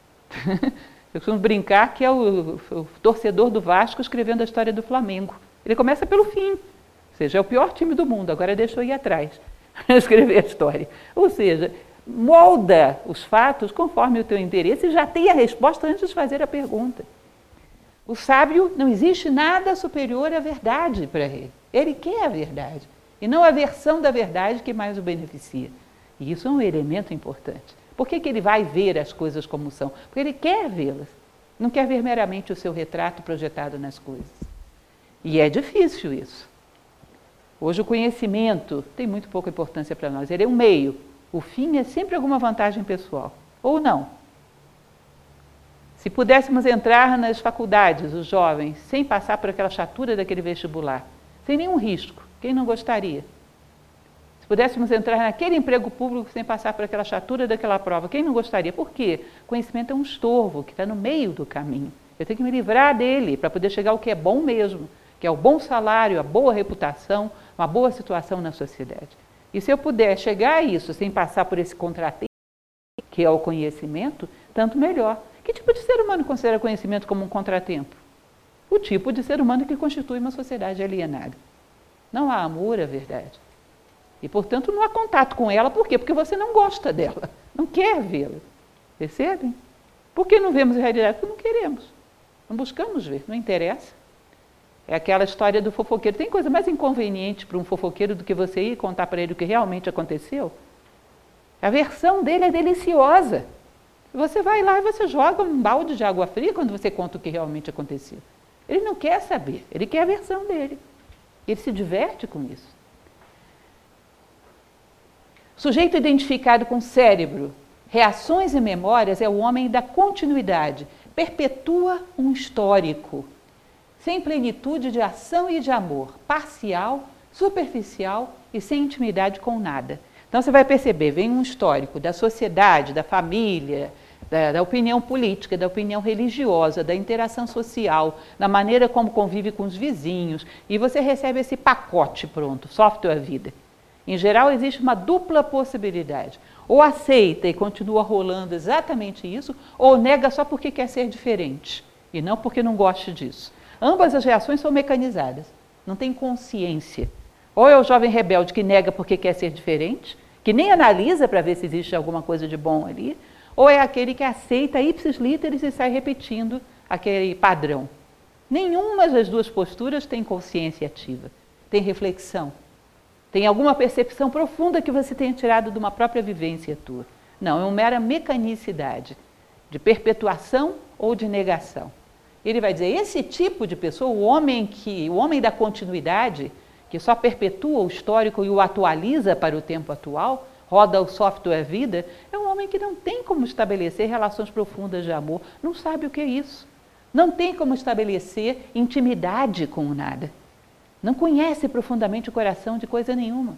Eu costumo brincar que é o, o torcedor do Vasco escrevendo a história do Flamengo. Ele começa pelo fim. Ou seja, é o pior time do mundo, agora deixa eu ir atrás escrever a história. Ou seja, molda os fatos conforme o teu interesse e já tem a resposta antes de fazer a pergunta. O sábio, não existe nada superior à verdade para ele. Ele quer a verdade. E não a versão da verdade que mais o beneficia. E isso é um elemento importante. Por que que ele vai ver as coisas como são? Porque ele quer vê-las. Não quer ver meramente o seu retrato projetado nas coisas. E é difícil isso. Hoje o conhecimento tem muito pouca importância para nós. Ele é um meio. O fim é sempre alguma vantagem pessoal. Ou não. Se pudéssemos entrar nas faculdades, os jovens, sem passar por aquela chatura daquele vestibular, sem nenhum risco, quem não gostaria? Se pudéssemos entrar naquele emprego público sem passar por aquela chatura daquela prova, quem não gostaria? Por quê? Conhecimento é um estorvo que está no meio do caminho. Eu tenho que me livrar dele para poder chegar ao que é bom mesmo, que é o bom salário, a boa reputação, uma boa situação na sociedade. E se eu puder chegar a isso sem passar por esse contratempo, que é o conhecimento, tanto melhor. Que tipo de ser humano considera conhecimento como um contratempo? O tipo de ser humano que constitui uma sociedade alienada. Não há amor à verdade. E, portanto, não há contato com ela. Por quê? Porque você não gosta dela, não quer vê-la. Percebem? Por que não vemos a realidade? Porque não queremos. Não buscamos ver, não interessa. É aquela história do fofoqueiro. Tem coisa mais inconveniente para um fofoqueiro do que você ir contar para ele o que realmente aconteceu? A versão dele é deliciosa. Você vai lá e você joga um balde de água fria quando você conta o que realmente aconteceu. Ele não quer saber, ele quer a versão dele. Ele se diverte com isso. Sujeito identificado com cérebro, reações e memórias é o homem da continuidade, perpetua um histórico, sem plenitude de ação e de amor, parcial, superficial e sem intimidade com nada. Então você vai perceber, vem um histórico da sociedade, da família, da, da opinião política, da opinião religiosa, da interação social, da maneira como convive com os vizinhos, e você recebe esse pacote pronto, software vida. Em geral, existe uma dupla possibilidade. Ou aceita e continua rolando exatamente isso, ou nega só porque quer ser diferente, e não porque não gosta disso. Ambas as reações são mecanizadas, não tem consciência. Ou é o jovem rebelde que nega porque quer ser diferente, que nem analisa para ver se existe alguma coisa de bom ali, ou é aquele que aceita ipsis literis e sai repetindo aquele padrão. Nenhuma das duas posturas tem consciência ativa, tem reflexão, tem alguma percepção profunda que você tenha tirado de uma própria vivência tua. Não, é uma mera mecanicidade de perpetuação ou de negação. Ele vai dizer, esse tipo de pessoa, o homem, que, o homem da continuidade, que só perpetua o histórico e o atualiza para o tempo atual, roda o software vida, é um homem que não tem como estabelecer relações profundas de amor, não sabe o que é isso. Não tem como estabelecer intimidade com o nada. Não conhece profundamente o coração de coisa nenhuma.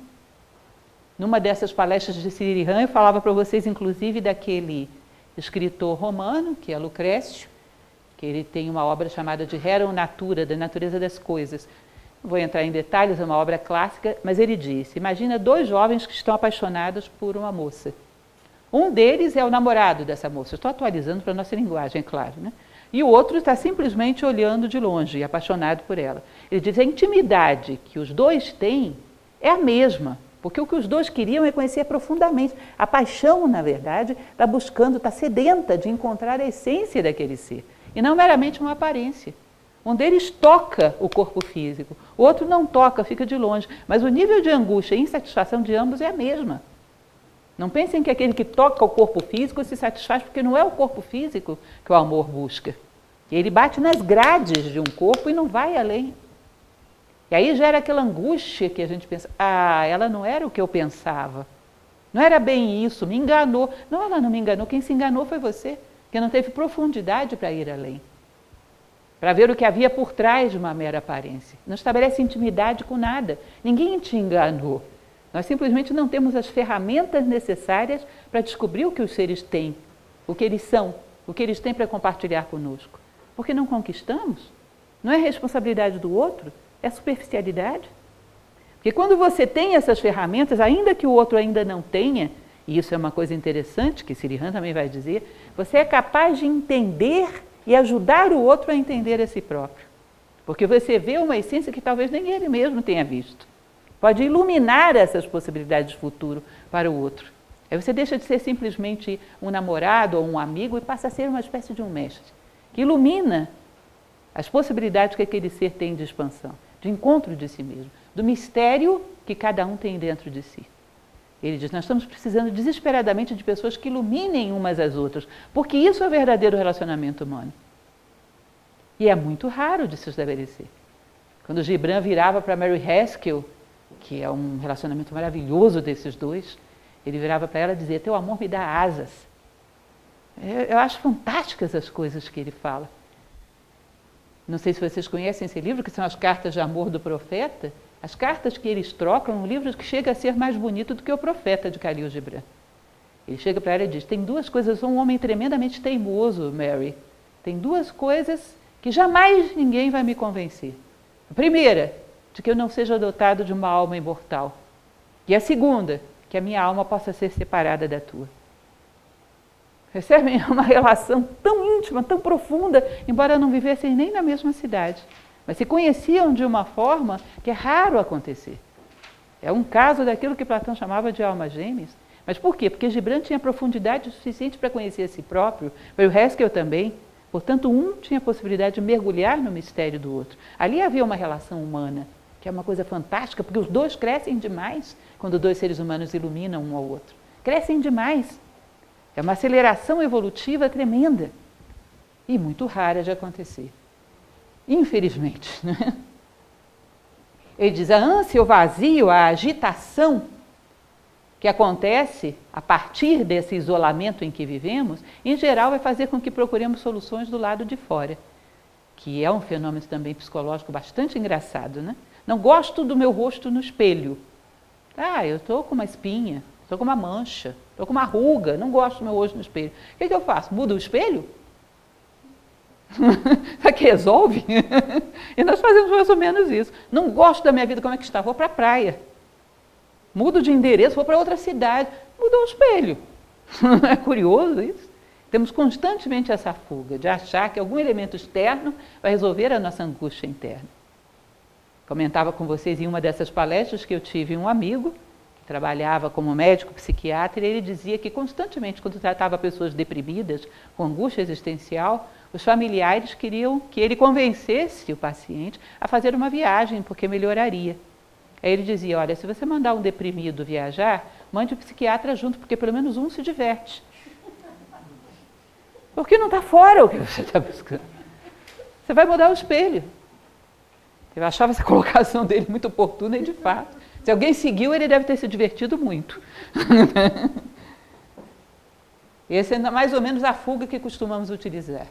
Numa dessas palestras de Sirihan, eu falava para vocês, inclusive, daquele escritor romano, que é Lucrécio, que ele tem uma obra chamada de Rerum Natura, da natureza das coisas. Não vou entrar em detalhes, é uma obra clássica, mas ele disse, imagina dois jovens que estão apaixonados por uma moça. Um deles é o namorado dessa moça, estou atualizando para a nossa linguagem, é claro, né? E o outro está simplesmente olhando de longe, apaixonado por ela. Ele diz, a intimidade que os dois têm é a mesma, porque o que os dois queriam é conhecer profundamente. A paixão, na verdade, está buscando, está sedenta de encontrar a essência daquele ser, e não meramente uma aparência. Um deles toca o corpo físico, o outro não toca, fica de longe, mas o nível de angústia e insatisfação de ambos é a mesma. Não pensem que aquele que toca o corpo físico se satisfaz, porque não é o corpo físico que o amor busca. Ele bate nas grades de um corpo e não vai além. E aí gera aquela angústia que a gente pensa, ah, ela não era o que eu pensava. Não era bem isso, me enganou. Não, ela não me enganou, quem se enganou foi você, que não teve profundidade para ir além. Para ver o que havia por trás de uma mera aparência. Não estabelece intimidade com nada. Ninguém te enganou. Nós simplesmente não temos as ferramentas necessárias para descobrir o que os seres têm, o que eles são, o que eles têm para compartilhar conosco. Porque não conquistamos. Não é responsabilidade do outro, é superficialidade. Porque quando você tem essas ferramentas, ainda que o outro ainda não tenha, e isso é uma coisa interessante, que Sirihan também vai dizer, você é capaz de entender e ajudar o outro a entender a si próprio. Porque você vê uma essência que talvez nem ele mesmo tenha visto. Pode iluminar essas possibilidades de futuro para o outro. Aí você deixa de ser simplesmente um namorado ou um amigo e passa a ser uma espécie de um mestre, que ilumina as possibilidades que aquele ser tem de expansão, de encontro de si mesmo, do mistério que cada um tem dentro de si. Ele diz, nós estamos precisando desesperadamente de pessoas que iluminem umas às outras, porque isso é o verdadeiro relacionamento humano. E é muito raro de se estabelecer. Quando Gibran virava para Mary Haskell, que é um relacionamento maravilhoso desses dois, ele virava para ela e dizia, teu amor me dá asas. Eu acho fantásticas as coisas que ele fala. Não sei se vocês conhecem esse livro, que são as Cartas de Amor do Profeta. As cartas que eles trocam, um livro que chega a ser mais bonito do que o Profeta de Khalil Gibran. Ele chega para ela e diz, tem duas coisas, sou um homem tremendamente teimoso, Mary. Tem duas coisas que jamais ninguém vai me convencer. A primeira, de que eu não seja dotado de uma alma imortal. E a segunda, que a minha alma possa ser separada da tua. Percebem? É uma relação tão íntima, tão profunda, embora não vivessem nem na mesma cidade. Mas se conheciam de uma forma que é raro acontecer. É um caso daquilo que Platão chamava de almas gêmeas. Mas por quê? Porque Gibran tinha profundidade suficiente para conhecer a si próprio, mas o Haskell também. Portanto, um tinha a possibilidade de mergulhar no mistério do outro. Ali havia uma relação humana, que é uma coisa fantástica, porque os dois crescem demais quando dois seres humanos iluminam um ao outro. Crescem demais. É uma aceleração evolutiva tremenda e muito rara de acontecer. Infelizmente. Né? Ele diz, a ânsia, o vazio, a agitação que acontece a partir desse isolamento em que vivemos, em geral vai fazer com que procuremos soluções do lado de fora, que é um fenômeno também psicológico bastante engraçado. Né? Não gosto do meu rosto no espelho. Ah, eu estou com uma espinha, estou com uma mancha, estou com uma ruga, não gosto do meu rosto no espelho. O que, que eu faço? Mudo o espelho? Será que resolve? E nós fazemos mais ou menos isso. Não gosto da minha vida, como é que está? Vou para a praia. Mudo de endereço, vou para outra cidade. Mudou o espelho. É curioso isso? Temos constantemente essa fuga de achar que algum elemento externo vai resolver a nossa angústia interna. Comentava com vocês em uma dessas palestras que eu tive um amigo que trabalhava como médico psiquiatra e ele dizia que constantemente, quando tratava pessoas deprimidas, com angústia existencial, Os familiares queriam que ele convencesse o paciente a fazer uma viagem, porque melhoraria. Aí ele dizia, olha, se você mandar um deprimido viajar, mande o psiquiatra junto, porque pelo menos um se diverte. Porque não está fora o que você está buscando. Você vai mudar o espelho. Eu achava essa colocação dele muito oportuna e de fato. Se alguém seguiu, ele deve ter se divertido muito. Essa é mais ou menos a fuga que costumamos utilizar.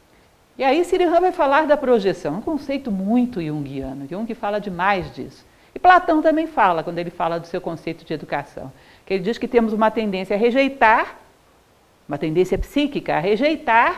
E aí Sirihan vai falar da projeção, um conceito muito junguiano. Jung fala demais disso. E Platão também fala, quando ele fala do seu conceito de educação, que ele diz que temos uma tendência a rejeitar, uma tendência psíquica a rejeitar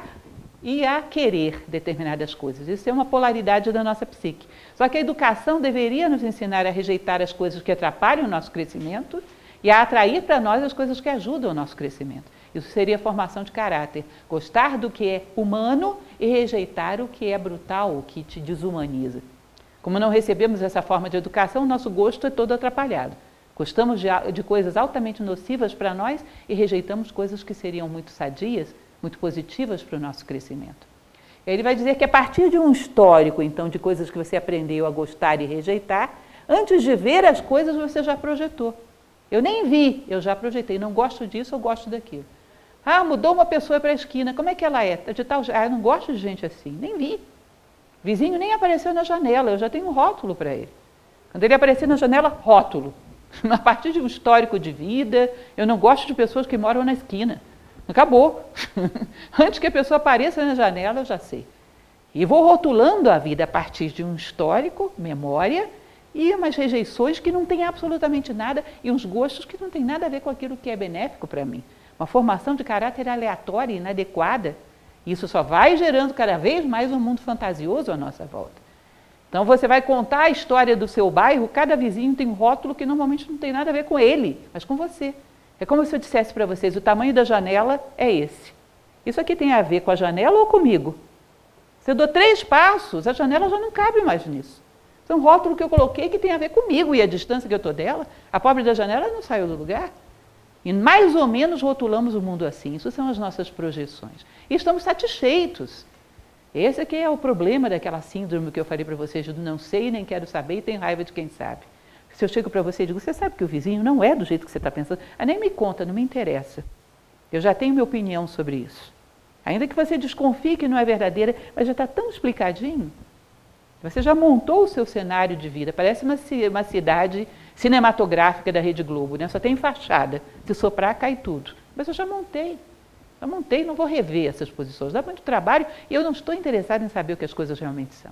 e a querer determinadas coisas. Isso é uma polaridade da nossa psique. Só que a educação deveria nos ensinar a rejeitar as coisas que atrapalham o nosso crescimento e a atrair para nós as coisas que ajudam o nosso crescimento. Isso seria formação de caráter. Gostar do que é humano e rejeitar o que é brutal, o que te desumaniza. Como não recebemos essa forma de educação, o nosso gosto é todo atrapalhado. Gostamos de, de coisas altamente nocivas para nós e rejeitamos coisas que seriam muito sadias, muito positivas para o nosso crescimento. Ele vai dizer que a partir de um histórico, então, de coisas que você aprendeu a gostar e rejeitar, antes de ver as coisas você já projetou. Eu nem vi, eu já projetei, não gosto disso, eu gosto daquilo. Ah, mudou uma pessoa para a esquina, como é que ela é? De tal, ah, eu não gosto de gente assim, nem vi. Vizinho nem apareceu na janela, eu já tenho um rótulo para ele. Quando ele aparecer na janela, rótulo. A partir de um histórico de vida, eu não gosto de pessoas que moram na esquina. Acabou. Antes que a pessoa apareça na janela, eu já sei. E vou rotulando a vida a partir de um histórico, memória, e umas rejeições que não têm absolutamente nada, e uns gostos que não têm nada a ver com aquilo que é benéfico para mim. Uma formação de caráter aleatória e inadequada. Isso só vai gerando cada vez mais um mundo fantasioso à nossa volta. Então você vai contar a história do seu bairro, cada vizinho tem um rótulo que normalmente não tem nada a ver com ele, mas com você. É como se eu dissesse para vocês, o tamanho da janela é esse. Isso aqui tem a ver com a janela ou comigo? Se eu dou três passos, a janela já não cabe mais nisso. É um rótulo que eu coloquei que tem a ver comigo e a distância que eu estou dela, a pobre da janela não saiu do lugar. E mais ou menos rotulamos o mundo assim. Isso são as nossas projeções. E estamos satisfeitos. Esse aqui é o problema daquela síndrome que eu falei para vocês, do não sei, nem quero saber e tenho raiva de quem sabe. Se eu chego para você e digo, você sabe que o vizinho não é do jeito que você está pensando? Ah, nem me conta, não me interessa. Eu já tenho minha opinião sobre isso. Ainda que você desconfie que não é verdadeira, mas já está tão explicadinho. Você já montou o seu cenário de vida. Parece uma, uma cidade cinematográfica da Rede Globo, né? Só tem fachada. Se soprar, cai tudo. Mas eu já montei. Já montei, não vou rever essas posições. Dá muito trabalho e eu não estou interessada em saber o que as coisas realmente são.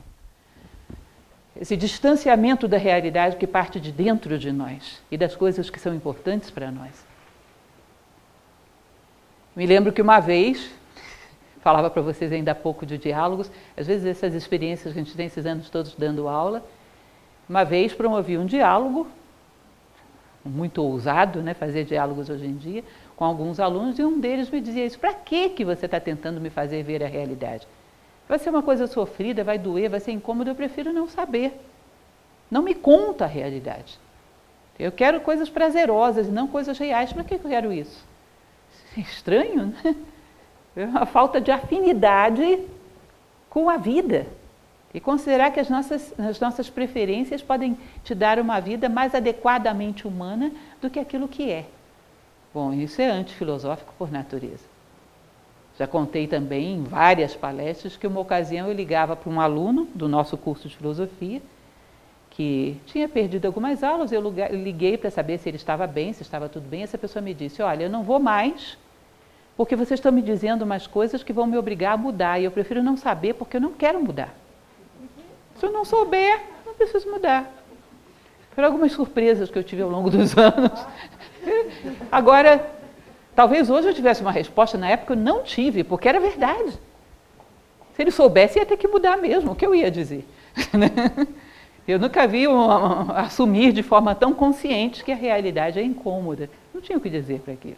Esse distanciamento da realidade que parte de dentro de nós e das coisas que são importantes para nós. Me lembro que uma vez, falava para vocês ainda há pouco de diálogos, às vezes essas experiências que a gente tem esses anos todos dando aula, uma vez promovi um diálogo, muito ousado, né, fazer diálogos hoje em dia, com alguns alunos, e um deles me dizia isso, para que que você está tentando me fazer ver a realidade? Vai ser uma coisa sofrida, vai doer, vai ser incômodo, eu prefiro não saber. Não me conta a realidade. Eu quero coisas prazerosas e não coisas reais. Para que eu quero isso? É estranho, né? É uma falta de afinidade com a vida. E considerar que as nossas, as nossas preferências podem te dar uma vida mais adequadamente humana do que aquilo que é. Bom, isso é antifilosófico por natureza. Já contei também em várias palestras que uma ocasião eu ligava para um aluno do nosso curso de filosofia, que tinha perdido algumas aulas, eu liguei para saber se ele estava bem, se estava tudo bem, essa pessoa me disse, olha, eu não vou mais, porque vocês estão me dizendo umas coisas que vão me obrigar a mudar, e eu prefiro não saber porque eu não quero mudar. Se eu não souber, não preciso mudar. Foram algumas surpresas que eu tive ao longo dos anos. Agora, talvez hoje eu tivesse uma resposta, na época eu não tive, porque era verdade. Se ele soubesse, ia ter que mudar mesmo, o que eu ia dizer? Eu nunca vi um, um, assumir de forma tão consciente que a realidade é incômoda. Não tinha o que dizer para aquilo.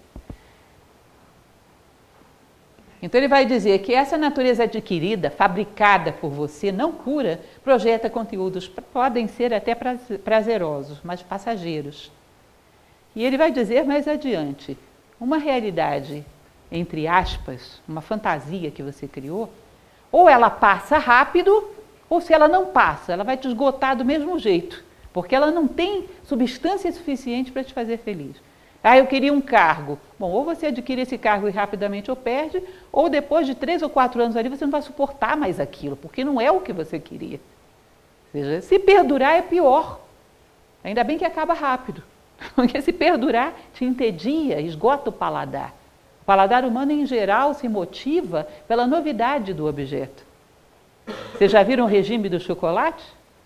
Então ele vai dizer que essa natureza adquirida, fabricada por você, não cura, projeta conteúdos, podem ser até prazerosos, mas passageiros. E ele vai dizer mais adiante, uma realidade, entre aspas, uma fantasia que você criou, ou ela passa rápido, ou se ela não passa, ela vai te esgotar do mesmo jeito, porque ela não tem substância suficiente para te fazer feliz. Ah, eu queria um cargo. Bom, ou você adquire esse cargo e rapidamente o perde, ou depois de três ou quatro anos ali você não vai suportar mais aquilo, porque não é o que você queria. Ou seja, se perdurar é pior. Ainda bem que acaba rápido, porque se perdurar te entedia, esgota o paladar. O paladar humano, em geral, se motiva pela novidade do objeto. Vocês já viram o regime do chocolate?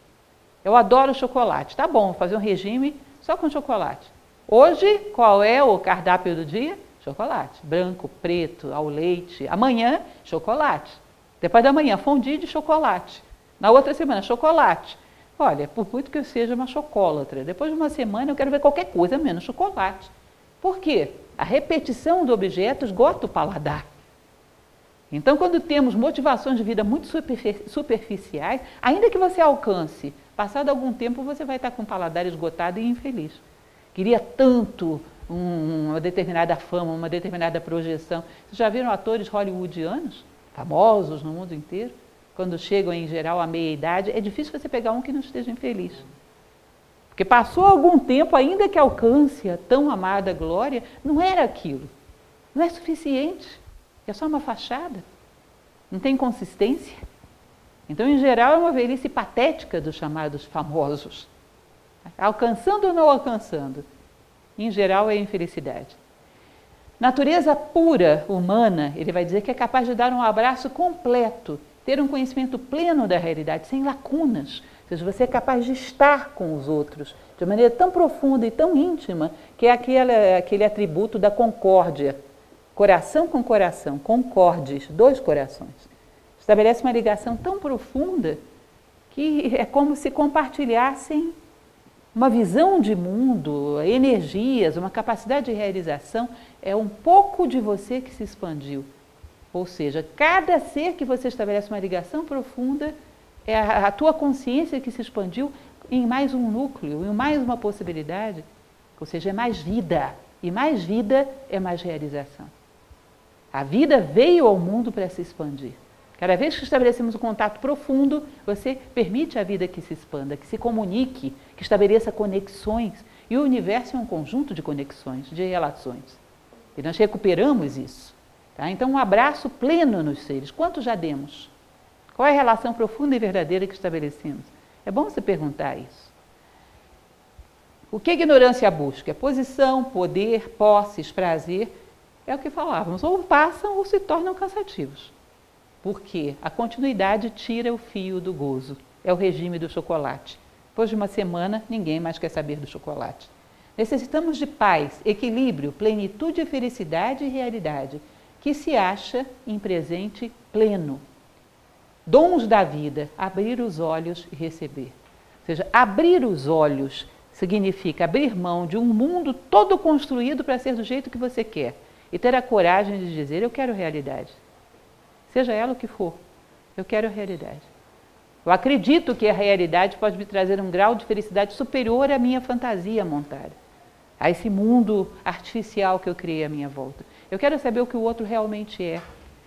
Eu adoro chocolate. Tá bom, vou fazer um regime só com chocolate. Hoje, qual é o cardápio do dia? Chocolate. Branco, preto, ao leite. Amanhã, chocolate. Depois da manhã, fondue de chocolate. Na outra semana, chocolate. Olha, por muito que eu seja uma chocolatra, depois de uma semana eu quero ver qualquer coisa menos chocolate. Por quê? A repetição do objeto esgota o paladar. Então, quando temos motivações de vida muito superficiais, ainda que você alcance, passado algum tempo você vai estar com o paladar esgotado e infeliz. Queria tanto um, uma determinada fama, uma determinada projeção. Vocês já viram atores hollywoodianos, famosos no mundo inteiro? Quando chegam, em geral, à meia-idade, é difícil você pegar um que não esteja infeliz. Porque passou algum tempo, ainda que alcance a tão amada glória, não era aquilo. Não é suficiente. É só uma fachada. Não tem consistência. Então, em geral, é uma velhice patética dos chamados famosos. Alcançando ou não alcançando? Em geral, é infelicidade. Natureza pura, humana, ele vai dizer que é capaz de dar um abraço completo, ter um conhecimento pleno da realidade, sem lacunas. Ou seja, você é capaz de estar com os outros de maneira tão profunda e tão íntima, que é aquele, aquele atributo da concórdia. Coração com coração, concordes, dois corações. Estabelece uma ligação tão profunda que é como se compartilhassem uma visão de mundo, energias, uma capacidade de realização. É um pouco de você que se expandiu. Ou seja, cada ser que você estabelece uma ligação profunda é a, a tua consciência que se expandiu em mais um núcleo, em mais uma possibilidade. Ou seja, é mais vida. E mais vida é mais realização. A vida veio ao mundo para se expandir. Cada vez que estabelecemos um contato profundo, você permite à vida que se expanda, que se comunique, que estabeleça conexões. E o universo é um conjunto de conexões, de relações. E nós recuperamos isso. Tá? Então, um abraço pleno nos seres. Quanto já demos? Qual é a relação profunda e verdadeira que estabelecemos? É bom você perguntar isso. O que a ignorância busca? Posição, poder, posses, prazer. É o que falávamos. Ou passam ou se tornam cansativos. Porque a continuidade tira o fio do gozo. É o regime do chocolate. Depois de uma semana, ninguém mais quer saber do chocolate. Necessitamos de paz, equilíbrio, plenitude, felicidade e realidade, que se acha em presente pleno. Dons da vida, abrir os olhos e receber. Ou seja, abrir os olhos significa abrir mão de um mundo todo construído para ser do jeito que você quer e ter a coragem de dizer, eu quero realidade. Seja ela o que for, eu quero a realidade. Eu acredito que a realidade pode me trazer um grau de felicidade superior à minha fantasia montada, a esse mundo artificial que eu criei à minha volta. Eu quero saber o que o outro realmente é.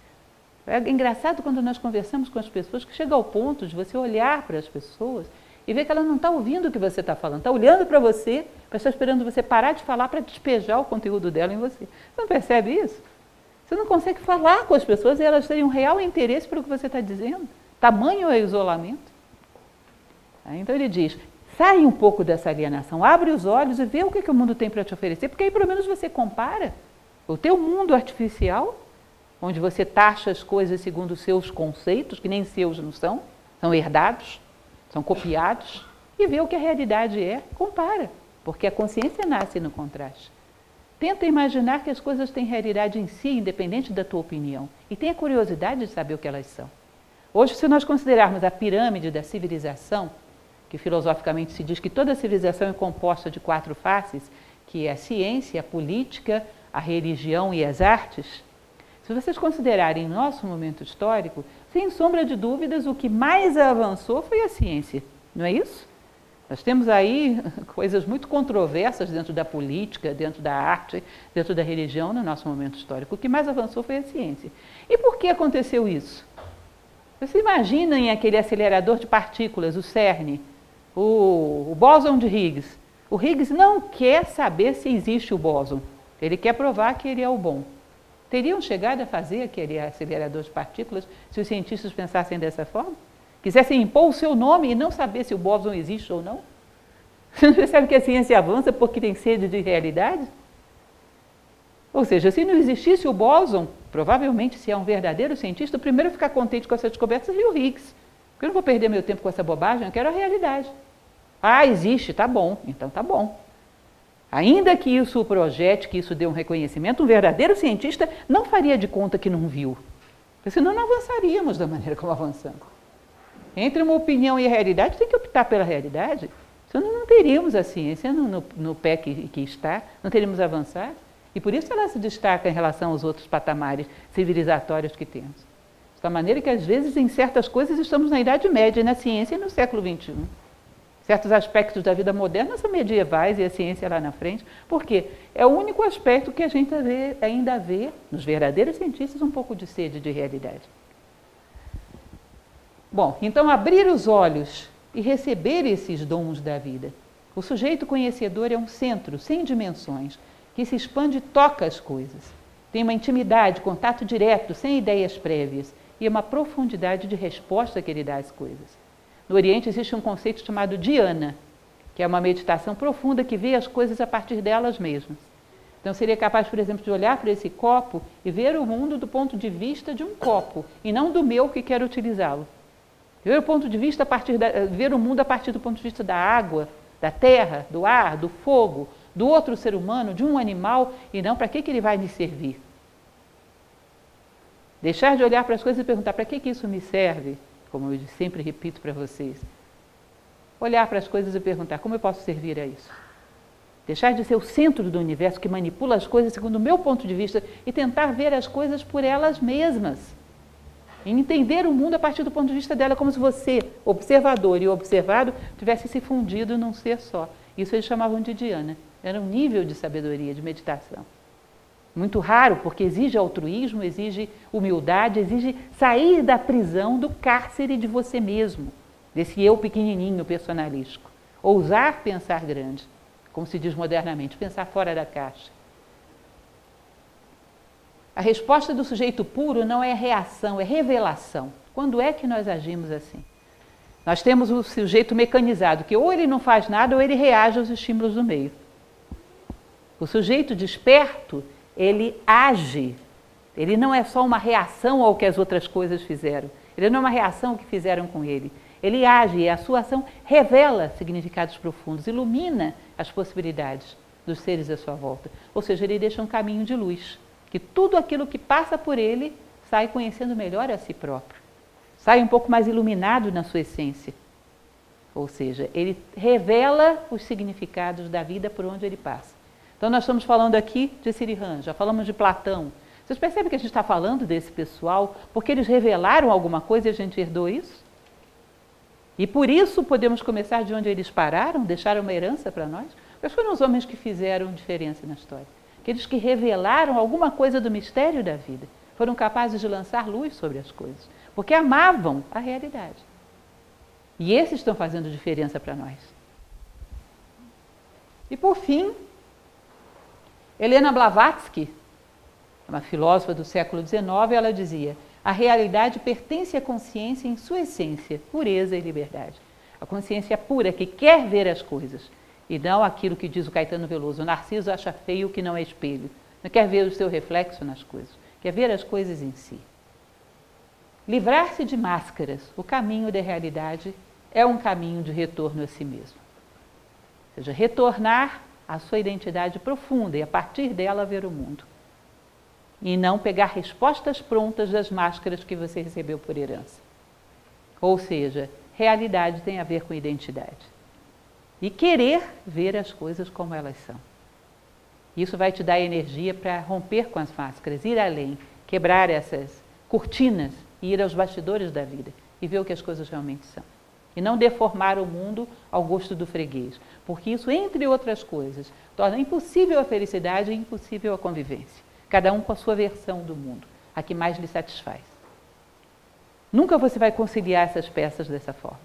É engraçado quando nós conversamos com as pessoas que chega ao ponto de você olhar para as pessoas e ver que ela não está ouvindo o que você está falando, está olhando para você, mas está esperando você parar de falar para despejar o conteúdo dela em você. Você não percebe isso? Você não consegue falar com as pessoas e elas terem um real interesse pelo que você está dizendo. Tamanho é o isolamento. Então ele diz, sai um pouco dessa alienação, abre os olhos e vê o que, que o mundo tem para te oferecer, porque aí pelo menos você compara o teu mundo artificial, onde você taxa as coisas segundo os seus conceitos, que nem seus não são, são herdados, são copiados, e vê o que a realidade é, compara, porque a consciência nasce no contraste. Tenta imaginar que as coisas têm realidade em si, independente da tua opinião, e tenha curiosidade de saber o que elas são. Hoje, se nós considerarmos a pirâmide da civilização, que filosoficamente se diz que toda civilização é composta de quatro faces, que é a ciência, a política, a religião e as artes, se vocês considerarem nosso momento histórico, sem sombra de dúvidas, o que mais avançou foi a ciência, não é isso? Nós temos aí coisas muito controversas dentro da política, dentro da arte, dentro da religião no nosso momento histórico. O que mais avançou foi a ciência. E por que aconteceu isso? Vocês imaginem aquele acelerador de partículas, o CERN, o, o bóson de Higgs. O Higgs não quer saber se existe o bóson, ele quer provar que ele é o bom. Teriam chegado a fazer aquele acelerador de partículas se os cientistas pensassem dessa forma? Quisessem impor o seu nome e não saber se o bóson existe ou não? Você não percebe que a ciência avança porque tem sede de realidade? Ou seja, se não existisse o bóson, provavelmente, se é um verdadeiro cientista, o primeiro a ficar contente com essa descoberta seria o Higgs. Porque eu não vou perder meu tempo com essa bobagem, eu quero a realidade. Ah, existe, tá bom, então tá bom. Ainda que isso o projete, que isso dê um reconhecimento, um verdadeiro cientista não faria de conta que não viu. Porque senão não avançaríamos da maneira como avançamos. Entre uma opinião e a realidade, tem que optar pela realidade. Senão não teríamos a ciência no, no, no pé que, que está, não teríamos avançado. E por isso ela se destaca em relação aos outros patamares civilizatórios que temos. Da maneira que, às vezes, em certas coisas, estamos na Idade Média, na ciência e no século vinte e um. Certos aspectos da vida moderna são medievais e a ciência lá na frente. Por quê? É o único aspecto que a gente vê, ainda vê, nos verdadeiros cientistas, um pouco de sede de realidade. Bom, então abrir os olhos e receber esses dons da vida. O sujeito conhecedor é um centro sem dimensões, que se expande e toca as coisas. Tem uma intimidade, contato direto, sem ideias prévias, e uma profundidade de resposta que ele dá às coisas. No Oriente existe um conceito chamado dhyana, que é uma meditação profunda que vê as coisas a partir delas mesmas. Então seria capaz, por exemplo, de olhar para esse copo e ver o mundo do ponto de vista de um copo, e não do meu que quero utilizá-lo. Ver o ponto de vista a partir da, ver o mundo a partir do ponto de vista da água, da terra, do ar, do fogo, do outro ser humano, de um animal, e não para que, que ele vai me servir. Deixar de olhar para as coisas e perguntar para que, que isso me serve, como eu sempre repito para vocês. Olhar para as coisas e perguntar como eu posso servir a isso. Deixar de ser o centro do universo que manipula as coisas segundo o meu ponto de vista e tentar ver as coisas por elas mesmas. E entender o mundo a partir do ponto de vista dela, como se você, observador e observado, tivesse se fundido num ser só. Isso eles chamavam de dhyana. Era um nível de sabedoria, de meditação. Muito raro, porque exige altruísmo, exige humildade, exige sair da prisão, do cárcere de você mesmo, desse eu pequenininho, personalístico. Ousar pensar grande, como se diz modernamente, pensar fora da caixa. A resposta do sujeito puro não é reação, é revelação. Quando é que nós agimos assim? Nós temos o sujeito mecanizado, que ou ele não faz nada ou ele reage aos estímulos do meio. O sujeito desperto, ele age. Ele não é só uma reação ao que as outras coisas fizeram. Ele não é uma reação ao que fizeram com ele. Ele age e a sua ação revela significados profundos, ilumina as possibilidades dos seres à sua volta. Ou seja, ele deixa um caminho de luz, que tudo aquilo que passa por ele sai conhecendo melhor a si próprio. Sai um pouco mais iluminado na sua essência. Ou seja, ele revela os significados da vida por onde ele passa. Então nós estamos falando aqui de Sriram, já falamos de Platão. Vocês percebem que a gente está falando desse pessoal porque eles revelaram alguma coisa e a gente herdou isso? E por isso podemos começar de onde eles pararam, deixaram uma herança para nós? Quais foram os homens que fizeram diferença na história? Aqueles que revelaram alguma coisa do mistério da vida. Foram capazes de lançar luz sobre as coisas. Porque amavam a realidade. E esses estão fazendo diferença para nós. E por fim, Helena Blavatsky, uma filósofa do século dezenove, ela dizia: a realidade pertence à consciência em sua essência, pureza e liberdade. A consciência pura que quer ver as coisas, e não aquilo que diz o Caetano Veloso: o Narciso acha feio o que não é espelho. Não quer ver o seu reflexo nas coisas, quer ver as coisas em si. Livrar-se de máscaras, o caminho da realidade é um caminho de retorno a si mesmo. Ou seja, retornar à sua identidade profunda e a partir dela ver o mundo. E não pegar respostas prontas das máscaras que você recebeu por herança. Ou seja, realidade tem a ver com identidade. E querer ver as coisas como elas são. Isso vai te dar energia para romper com as máscaras, ir além, quebrar essas cortinas e ir aos bastidores da vida e ver o que as coisas realmente são. E não deformar o mundo ao gosto do freguês, porque isso, entre outras coisas, torna impossível a felicidade e impossível a convivência. Cada um com a sua versão do mundo, a que mais lhe satisfaz. Nunca você vai conciliar essas peças dessa forma.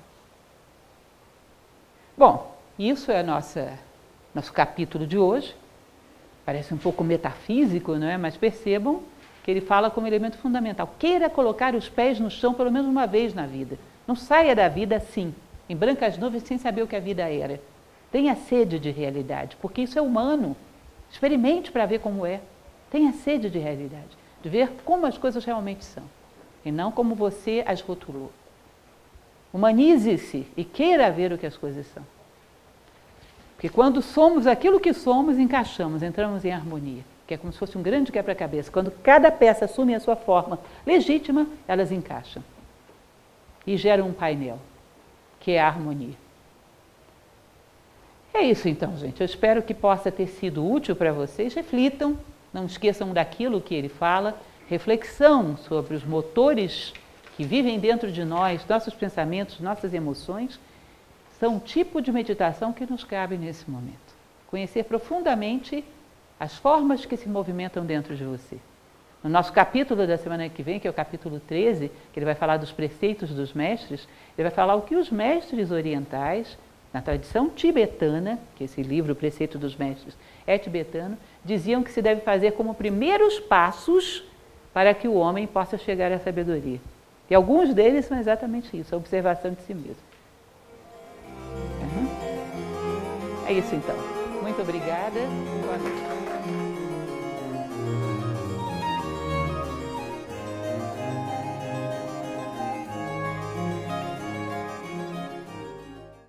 Bom, isso é a nossa, nosso capítulo de hoje. Parece um pouco metafísico, não é? Mas percebam que ele fala como elemento fundamental. Queira colocar os pés no chão pelo menos uma vez na vida. Não saia da vida assim, em brancas nuvens, sem saber o que a vida era. Tenha sede de realidade, porque isso é humano. Experimente para ver como é. Tenha sede de realidade, de ver como as coisas realmente são, e não como você as rotulou. Humanize-se e queira ver o que as coisas são. Porque quando somos aquilo que somos, encaixamos, entramos em harmonia, que é como se fosse um grande quebra-cabeça. Quando cada peça assume a sua forma legítima, elas encaixam e geram um painel, que é a harmonia. É isso então, gente. Eu espero que possa ter sido útil para vocês. Reflitam, não esqueçam daquilo que ele fala. Reflexão sobre os motores que vivem dentro de nós, nossos pensamentos, nossas emoções, são um tipo de meditação que nos cabe nesse momento. Conhecer profundamente as formas que se movimentam dentro de você. No nosso capítulo da semana que vem, que é o capítulo treze, que ele vai falar dos preceitos dos mestres, ele vai falar o que os mestres orientais, na tradição tibetana, que esse livro, O Preceito dos Mestres, é tibetano, diziam que se deve fazer como primeiros passos para que o homem possa chegar à sabedoria. E alguns deles são exatamente isso, a observação de si mesmo. Uhum. É isso então. Muito obrigada. Boa noite.